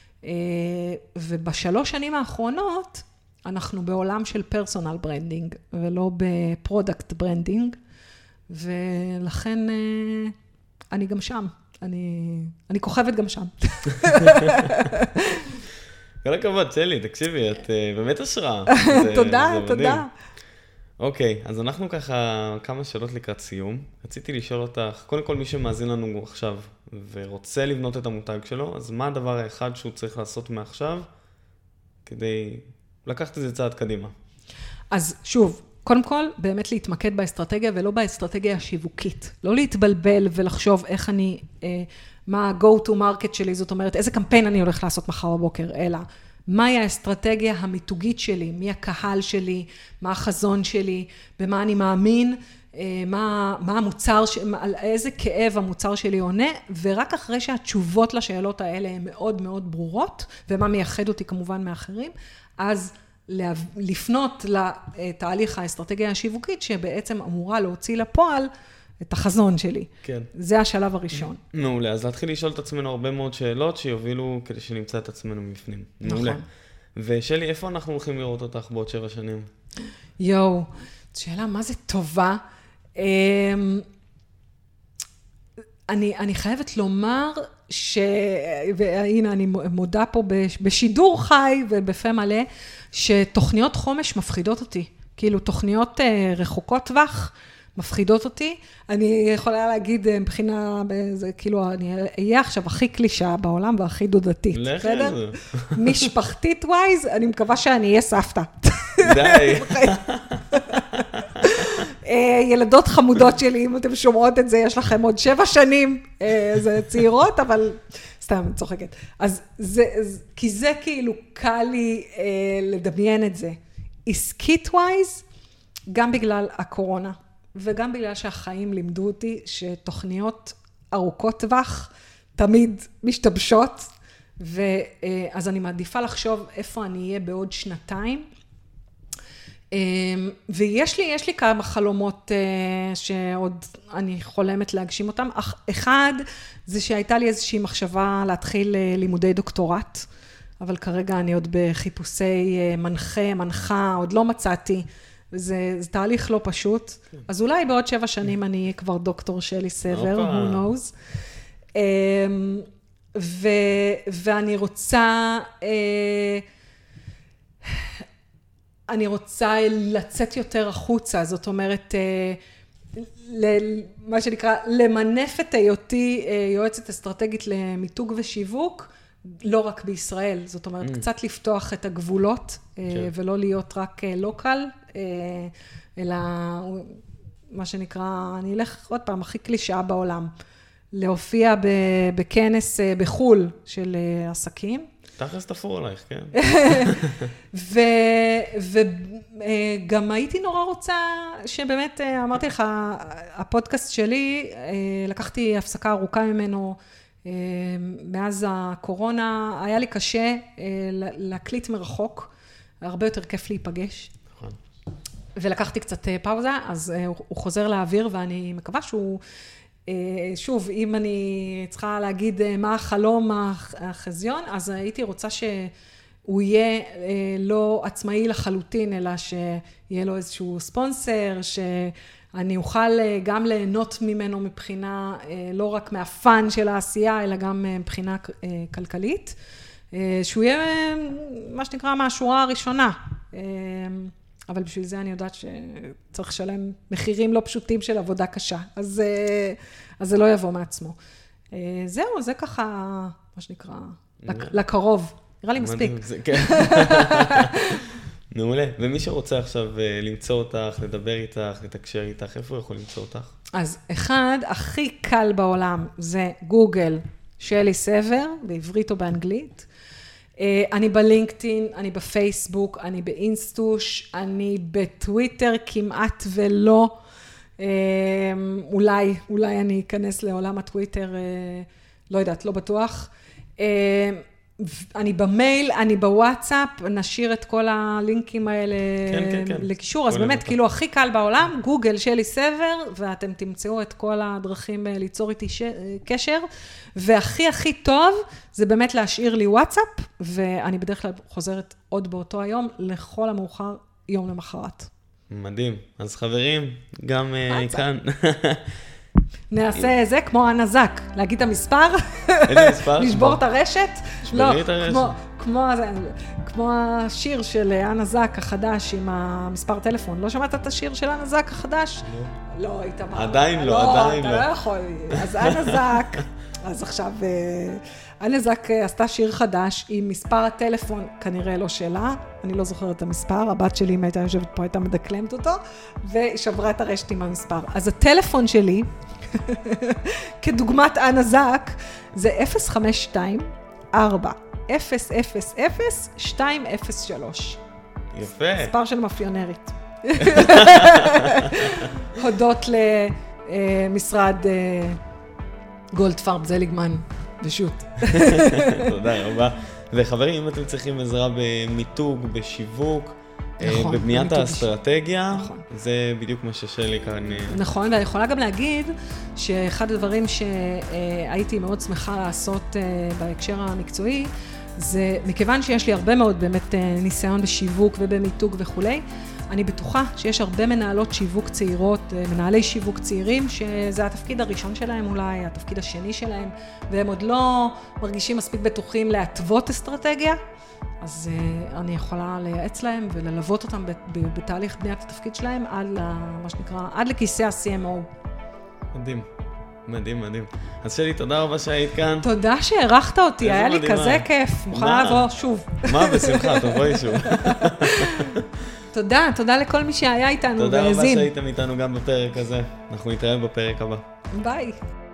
ובשלוש שנים האחרונות, אנחנו בעולם של פרסונל ברנדינג, ולא בפרודקט ברנדינג, ולכן אני גם שם, אני, אני כוכבת גם שם. כל הכבוד, שלי, תקשיבי, את באמת השראה. תודה, תודה. אוקיי, אז אנחנו ככה כמה שאלות לקראת סיום. רציתי לשאול אותך, קודם כל מי שמאזין לנו עכשיו ורוצה לבנות את המותג שלו, אז מה הדבר האחד שהוא צריך לעשות מעכשיו כדי לקחת את זה צעד קדימה? אז שוב, קודם כל באמת להתמקד באסטרטגיה ולא באסטרטגיה השיווקית. לא להתבלבל ולחשוב איך אני, אה, מה ה-go to market שלי, זאת אומרת, איזה קמפיין אני הולך לעשות מחר בבוקר, אלא מהי האסטרטגיה המיתוגית שלי, מי הקהל שלי, מה החזון שלי, במה אני מאמין, מה, מה המוצר, על איזה כאב המוצר שלי עונה, ורק אחרי שהתשובות לשאלות האלה הן מאוד מאוד ברורות, ומה מייחד אותי כמובן מאחרים, אז לפנות לתהליך האסטרטגיה השיווקית, שבעצם אמורה להוציא לפועל את החזון שלי. כן. זה השלב הראשון. מעולה, אז להתחיל לשאול את עצמנו הרבה מאוד שאלות שיובילו כדי שנמצא את עצמנו מבפנים. נכון. מעולה. ושלי, איפה אנחנו הולכים לראות אותך בעוד שבע שנים? יואו, שאלה מה זה טובה. אני, אני חייבת לומר ש... והנה, אני מודה פה בשידור חי ובפה מלא, שתוכניות חומש מפחידות אותי. כאילו, תוכניות רחוקות טווח, מפחידות אותי. אני יכולה להגיד מבחינה, זה, כאילו, אני אהיה עכשיו הכי קלישה בעולם והכי דודתית. בסדר? משפחתית ווייז, אני מקווה שאני אהיה סבתא. די. ילדות חמודות שלי, אם אתם שומעות את זה, יש לכם עוד שבע שנים, זה צעירות, אבל סתם, צוחקת. אז זה, כי זה כאילו קל לי לדמיין את זה. עסקית ווייז, גם בגלל הקורונה. וגם בגלל שהחיים לימדו אותי שתוכניות ארוכות טווח תמיד משתבשות, ואז אני מעדיפה לחשוב איפה אני אהיה בעוד שנתיים, ויש לי, יש לי כמה חלומות שעוד אני חולמת להגשים אותם. אחד, זה שהייתה לי איזושהי מחשבה להתחיל לימודי דוקטורט, אבל כרגע אני עוד בחיפושי מנחה, מנחה, עוד לא מצאתי. זה, זה תהליך לא פשוט. כן. אז אולי בעוד שבע שנים אני אהיה כבר דוקטור שלי סבר, who knows. ו, ואני רוצה, אני רוצה לצאת יותר החוצה, זאת אומרת, מה שנקרא, למנף את היותי יועצת אסטרטגית למיתוג ושיווק, לא רק בישראל, זאת אומרת, mm. קצת לפתוח את הגבולות, okay. ולא להיות רק לוקל, אלא מה שנקרא, אני אלך עוד פעם, הכי קלישאה בעולם, להופיע בכנס בחול של עסקים. תכלס תפור עלייך, כן. וגם הייתי נורא רוצה, שבאמת, אמרתי לך, הפודקאסט שלי, לקחתי הפסקה ארוכה ממנו, מאז הקורונה, היה לי קשה להקליט מרחוק, הרבה יותר כיף להיפגש. נכון. ולקחתי קצת פאוזה, אז הוא חוזר לאוויר, ואני מקווה שהוא, שוב, אם אני צריכה להגיד מה החלום, החזיון, אז הייתי רוצה שהוא יהיה לא עצמאי לחלוטין, אלא שיהיה לו איזשהו ספונסר, שאני אוכל גם ליהנות ממנו מבחינה, לא רק מהפן של העשייה, אלא גם מבחינה כלכלית, שהוא יהיה מה שנקרא מהשורה הראשונה. אבל בשביל זה אני יודעת שצריך לשלם מחירים לא פשוטים של עבודה קשה, אז, אז זה לא יבוא מעצמו. זהו, זה ככה, מה שנקרא, לקרוב. נראה לי מספיק. מעולה. ומי שרוצה עכשיו למצוא אותך, לדבר איתך, לתקשר איתך, איפה הוא יכול למצוא אותך? אז אחד, הכי קל בעולם, זה גוגל, שלי סבר, בעברית או באנגלית. אני בלינקדאין, אני בפייסבוק, אני באינסטוש, אני בטוויטר כמעט ולא. אולי, אולי אני אכנס לעולם הטוויטר, לא יודעת, לא בטוח. אני במייל, אני בוואטסאפ, נשאיר את כל הלינקים האלה כן, כן, כן. לקישור, אז באמת, כאילו הכי קל בעולם, גוגל, שלי סבר, ואתם תמצאו את כל הדרכים ליצור איתי ש... קשר, והכי הכי טוב, זה באמת להשאיר לי וואטסאפ, ואני בדרך כלל חוזרת עוד באותו היום, לכל המאוחר יום למחרת. מדהים. אז חברים, גם כאן... נעשה זה כמו הנזק, להגיד את המספר, איזה מספר? לשבור את הרשת. שברי את הרשת. כמו השיר של הנזק החדש עם המספר טלפון. לא שמעת את השיר של הנזק החדש? לא. לא, היית מה? עדיין לא, עדיין לא. אתה לא יכול. אז הנזק, אז עכשיו, הנזק עשתה שיר חדש עם מספר הטלפון, כנראה לא שלה, אני לא זוכרת את המספר, הבת שלי, אם הייתה יושבת פה, הייתה מדקלמת אותו, ושברה את הרשת עם המספר. אז הטלפון שלי, כדוגמת הנזק, זה אפס חמש שתיים ארבע אפס אפס אפס שתיים אפס שלוש. יפה. מספר של מאפיונרית. הודות למשרד גולדפרב זליגמן ושוט. תודה רבה. וחברים, אם אתם צריכים עזרה במיתוג, בשיווק, נכון, בבניית האסטרטגיה, נכון. זה בדיוק מה ששלי כאן... נכון, ואני יכולה גם להגיד שאחד הדברים שהייתי מאוד שמחה לעשות בהקשר המקצועי, זה מכיוון שיש לי הרבה מאוד באמת ניסיון בשיווק ובמיתוג וכולי, אני בטוחה שיש הרבה מנהלות שיווק צעירות, מנהלי שיווק צעירים, שזה התפקיד הראשון שלהם אולי, התפקיד השני שלהם, והם עוד לא מרגישים מספיק בטוחים להתוות אסטרטגיה, אז אני יכולה לייעץ להם וללוות אותם בתהליך בניית התפקיד שלהם עד מה שנקרא, עד לכיסא ה-סי אם או. מדהים, מדהים, מדהים. אז שלי, תודה רבה שהיית כאן. תודה שהערכת אותי, היה לי כזה כיף. מוכנה לבוא שוב. מה, בשמחה, תבואי שוב. תודה, תודה לכל מי שהיה איתנו. תודה רבה שהייתם איתנו גם בפרק הזה. אנחנו נתראה בפרק הבא. ביי.